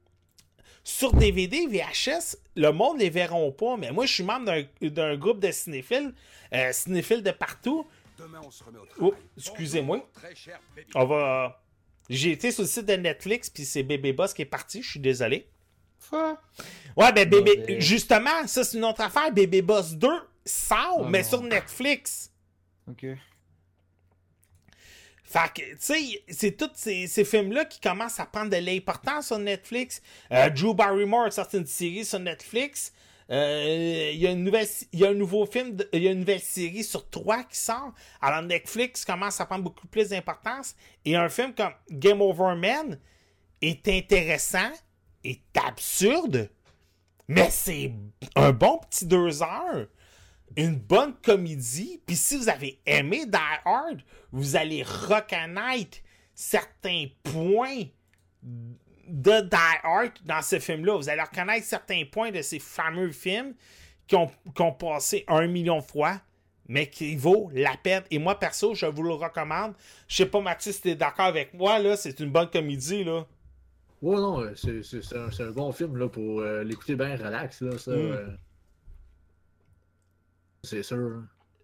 sur D V D, V H S, le monde les verront pas, mais moi, je suis membre d'un, d'un groupe de cinéphiles, euh, cinéphiles de partout. Demain, on se remet au travail. Oh, excusez-moi. On va... J'ai été sur le site de Netflix, puis c'est Bébé Boss qui est parti, je suis désolé. Quoi? Ouais, ben, bébé, bébé... justement, ça, c'est une autre affaire. Bébé Boss deux sort, oh, mais non. Sur Netflix. OK. Fait que, tu sais, c'est tous ces, ces films-là qui commencent à prendre de l'importance sur Netflix. Euh, Drew Barrymore a sorti une série sur Netflix. Il euh, y a une nouvelle, il y a un nouveau film, il y a une nouvelle série sur trois qui sort. Alors Netflix commence à prendre beaucoup plus d'importance. Et un film comme Game Over Man est intéressant, est absurde, mais c'est un bon petit deux heures. Une bonne comédie. Puis si vous avez aimé Die Hard, vous allez reconnaître certains points de Die Hard dans ce film-là. Vous allez reconnaître certains points de ces fameux films qui ont, qui ont passé un million de fois mais qui vaut la peine. Et moi, perso, je vous le recommande. Je sais pas, Mathieu, si t'es d'accord avec moi, là, c'est une bonne comédie, là. Ouais, non, c'est, c'est, c'est, un, c'est un bon film, là, pour euh, l'écouter bien relax, là, ça. Mm. Euh, c'est sûr.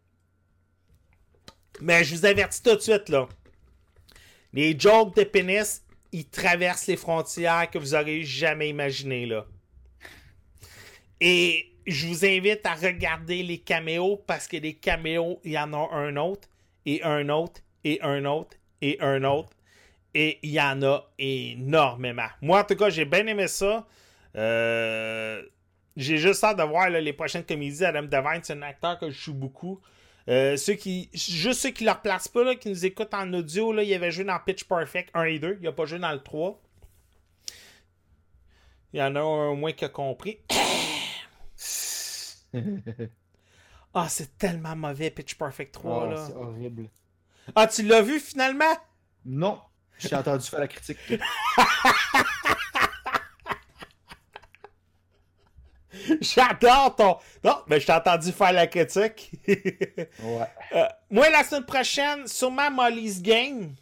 Mais je vous avertis tout de suite, là. Les jokes de pénis, ils traversent les frontières que vous aurez jamais imaginées, là. Et je vous invite à regarder les caméos, parce que les caméos, il y en a un autre, et un autre, et un autre, et un autre. Et il y en a énormément. Moi, en tout cas, j'ai bien aimé ça. Euh, j'ai juste hâte de voir là, les prochaines comédies. Adam Devine, c'est un acteur que je joue beaucoup. Euh, ceux qui, juste ceux qui ne le replacent pas, là, qui nous écoutent en audio, là, il avait joué dans Pitch Perfect un et deux. Il n'a pas joué dans le trois. Il y en a un au moins qui a compris. Ah, c'est tellement mauvais, Pitch Perfect trois. Oh, là. c'est horrible. Ah, tu l'as vu finalement? Non, j'ai entendu faire la critique. J'adore ton... Non, mais je t'ai entendu faire la critique. Ouais. Euh, moi, la semaine prochaine, sûrement Molly's Game.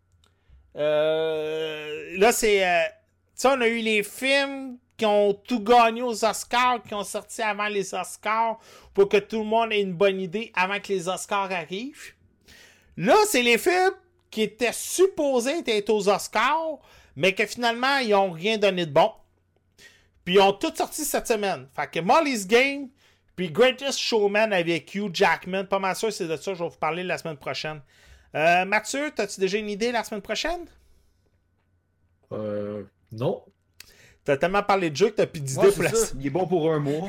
Euh, là, c'est... Euh, tu sais, on a eu les films qui ont tout gagné aux Oscars, qui ont sorti avant les Oscars, pour que tout le monde ait une bonne idée avant que les Oscars arrivent. Là, c'est les films qui étaient supposés être aux Oscars, mais que finalement, ils n'ont rien donné de bon. Puis ils ont tout sorti cette semaine. Fait que Molly's Game, puis Greatest Showman avec Hugh Jackman. Pas mal sûr, c'est de ça que je vais vous parler la semaine prochaine. Euh, Mathieu, as-tu déjà une idée la semaine prochaine? Euh. Non. T'as tellement parlé de jeu que t'as plus d'idées Ouais, pour la c'est ça. Il est bon pour un mois.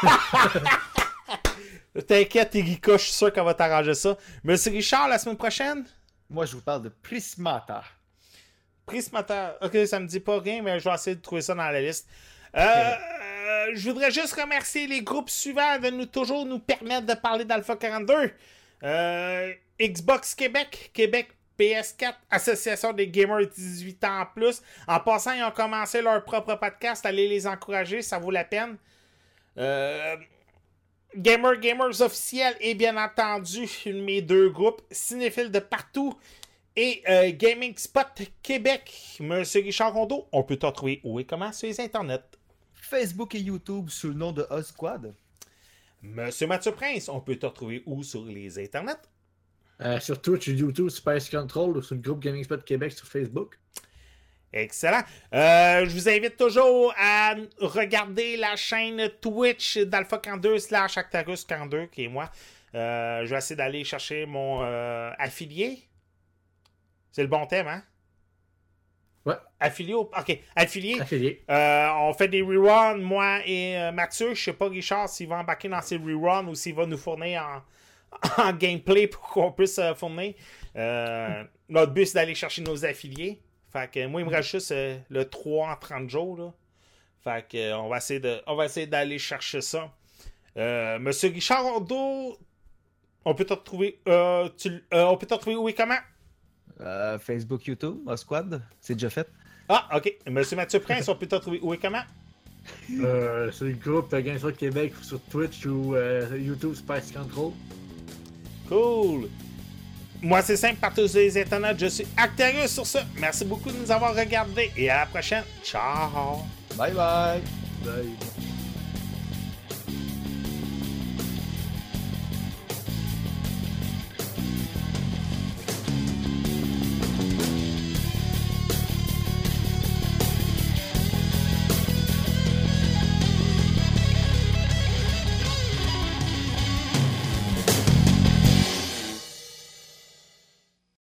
T'inquiète, Erika, je suis sûr qu'elle va t'arranger ça. Monsieur Richard, la semaine prochaine? Moi, je vous parle de Prismata. Prismata. Ok, ça me dit pas rien, mais je vais essayer de trouver ça dans la liste. Euh, euh, je voudrais juste remercier les groupes suivants de nous toujours nous permettre de parler d'Alpha quarante-deux. Euh, Xbox Québec, Québec P S quatre, Association des gamers dix-huit ans en plus. En passant, ils ont commencé leur propre podcast. Allez les encourager, ça vaut la peine. Euh, Gamer Gamers officiel et bien entendu mes deux groupes cinéphiles de partout et euh, Gaming Spot Québec. Monsieur Richard Rondeau, on peut te retrouver où et comment sur les internets? Facebook et YouTube sous le nom de Osquad. Monsieur Mathieu Prince, on peut te retrouver où sur les internets? Euh, sur Twitch et YouTube, Space Control, ou sur le groupe Gaming Spot Québec sur Facebook. Excellent. Euh, je vous invite toujours à regarder la chaîne Twitch d'Alpha quarante-deux slash Actarus quarante-deux, qui est moi. Euh, je vais essayer d'aller chercher mon euh, affilié. C'est le bon thème, hein? Ouais. Affilié au... OK, affilié. Affilié. Euh, on fait des reruns, moi et euh, Mathieu. Je sais pas, Richard, s'il va embarquer dans ces reruns ou s'il va nous fournir en, en gameplay pour qu'on puisse euh, fournir. Euh, notre but, c'est d'aller chercher nos affiliés. Fait que moi, il me reste juste euh, le trois en trente jours. Là. Fait que euh, on va essayer de, on va essayer d'aller chercher ça. Euh, Monsieur Richard Rondeau, on peut te retrouver. Euh, tu, euh, on peut te retrouver où et comment? Euh, Facebook, YouTube, Osquad, c'est déjà fait. Ah, ok. Monsieur Mathieu Prince, on peut te retrouver où et comment? Euh, sur le groupe euh, Gaming Spot Québec sur Twitch ou euh, YouTube Space Control. Cool. Moi, c'est simple, partout sur les internets, je suis Actarus sur ça. Merci beaucoup de nous avoir regardés et à la prochaine. Ciao! Bye bye! Bye.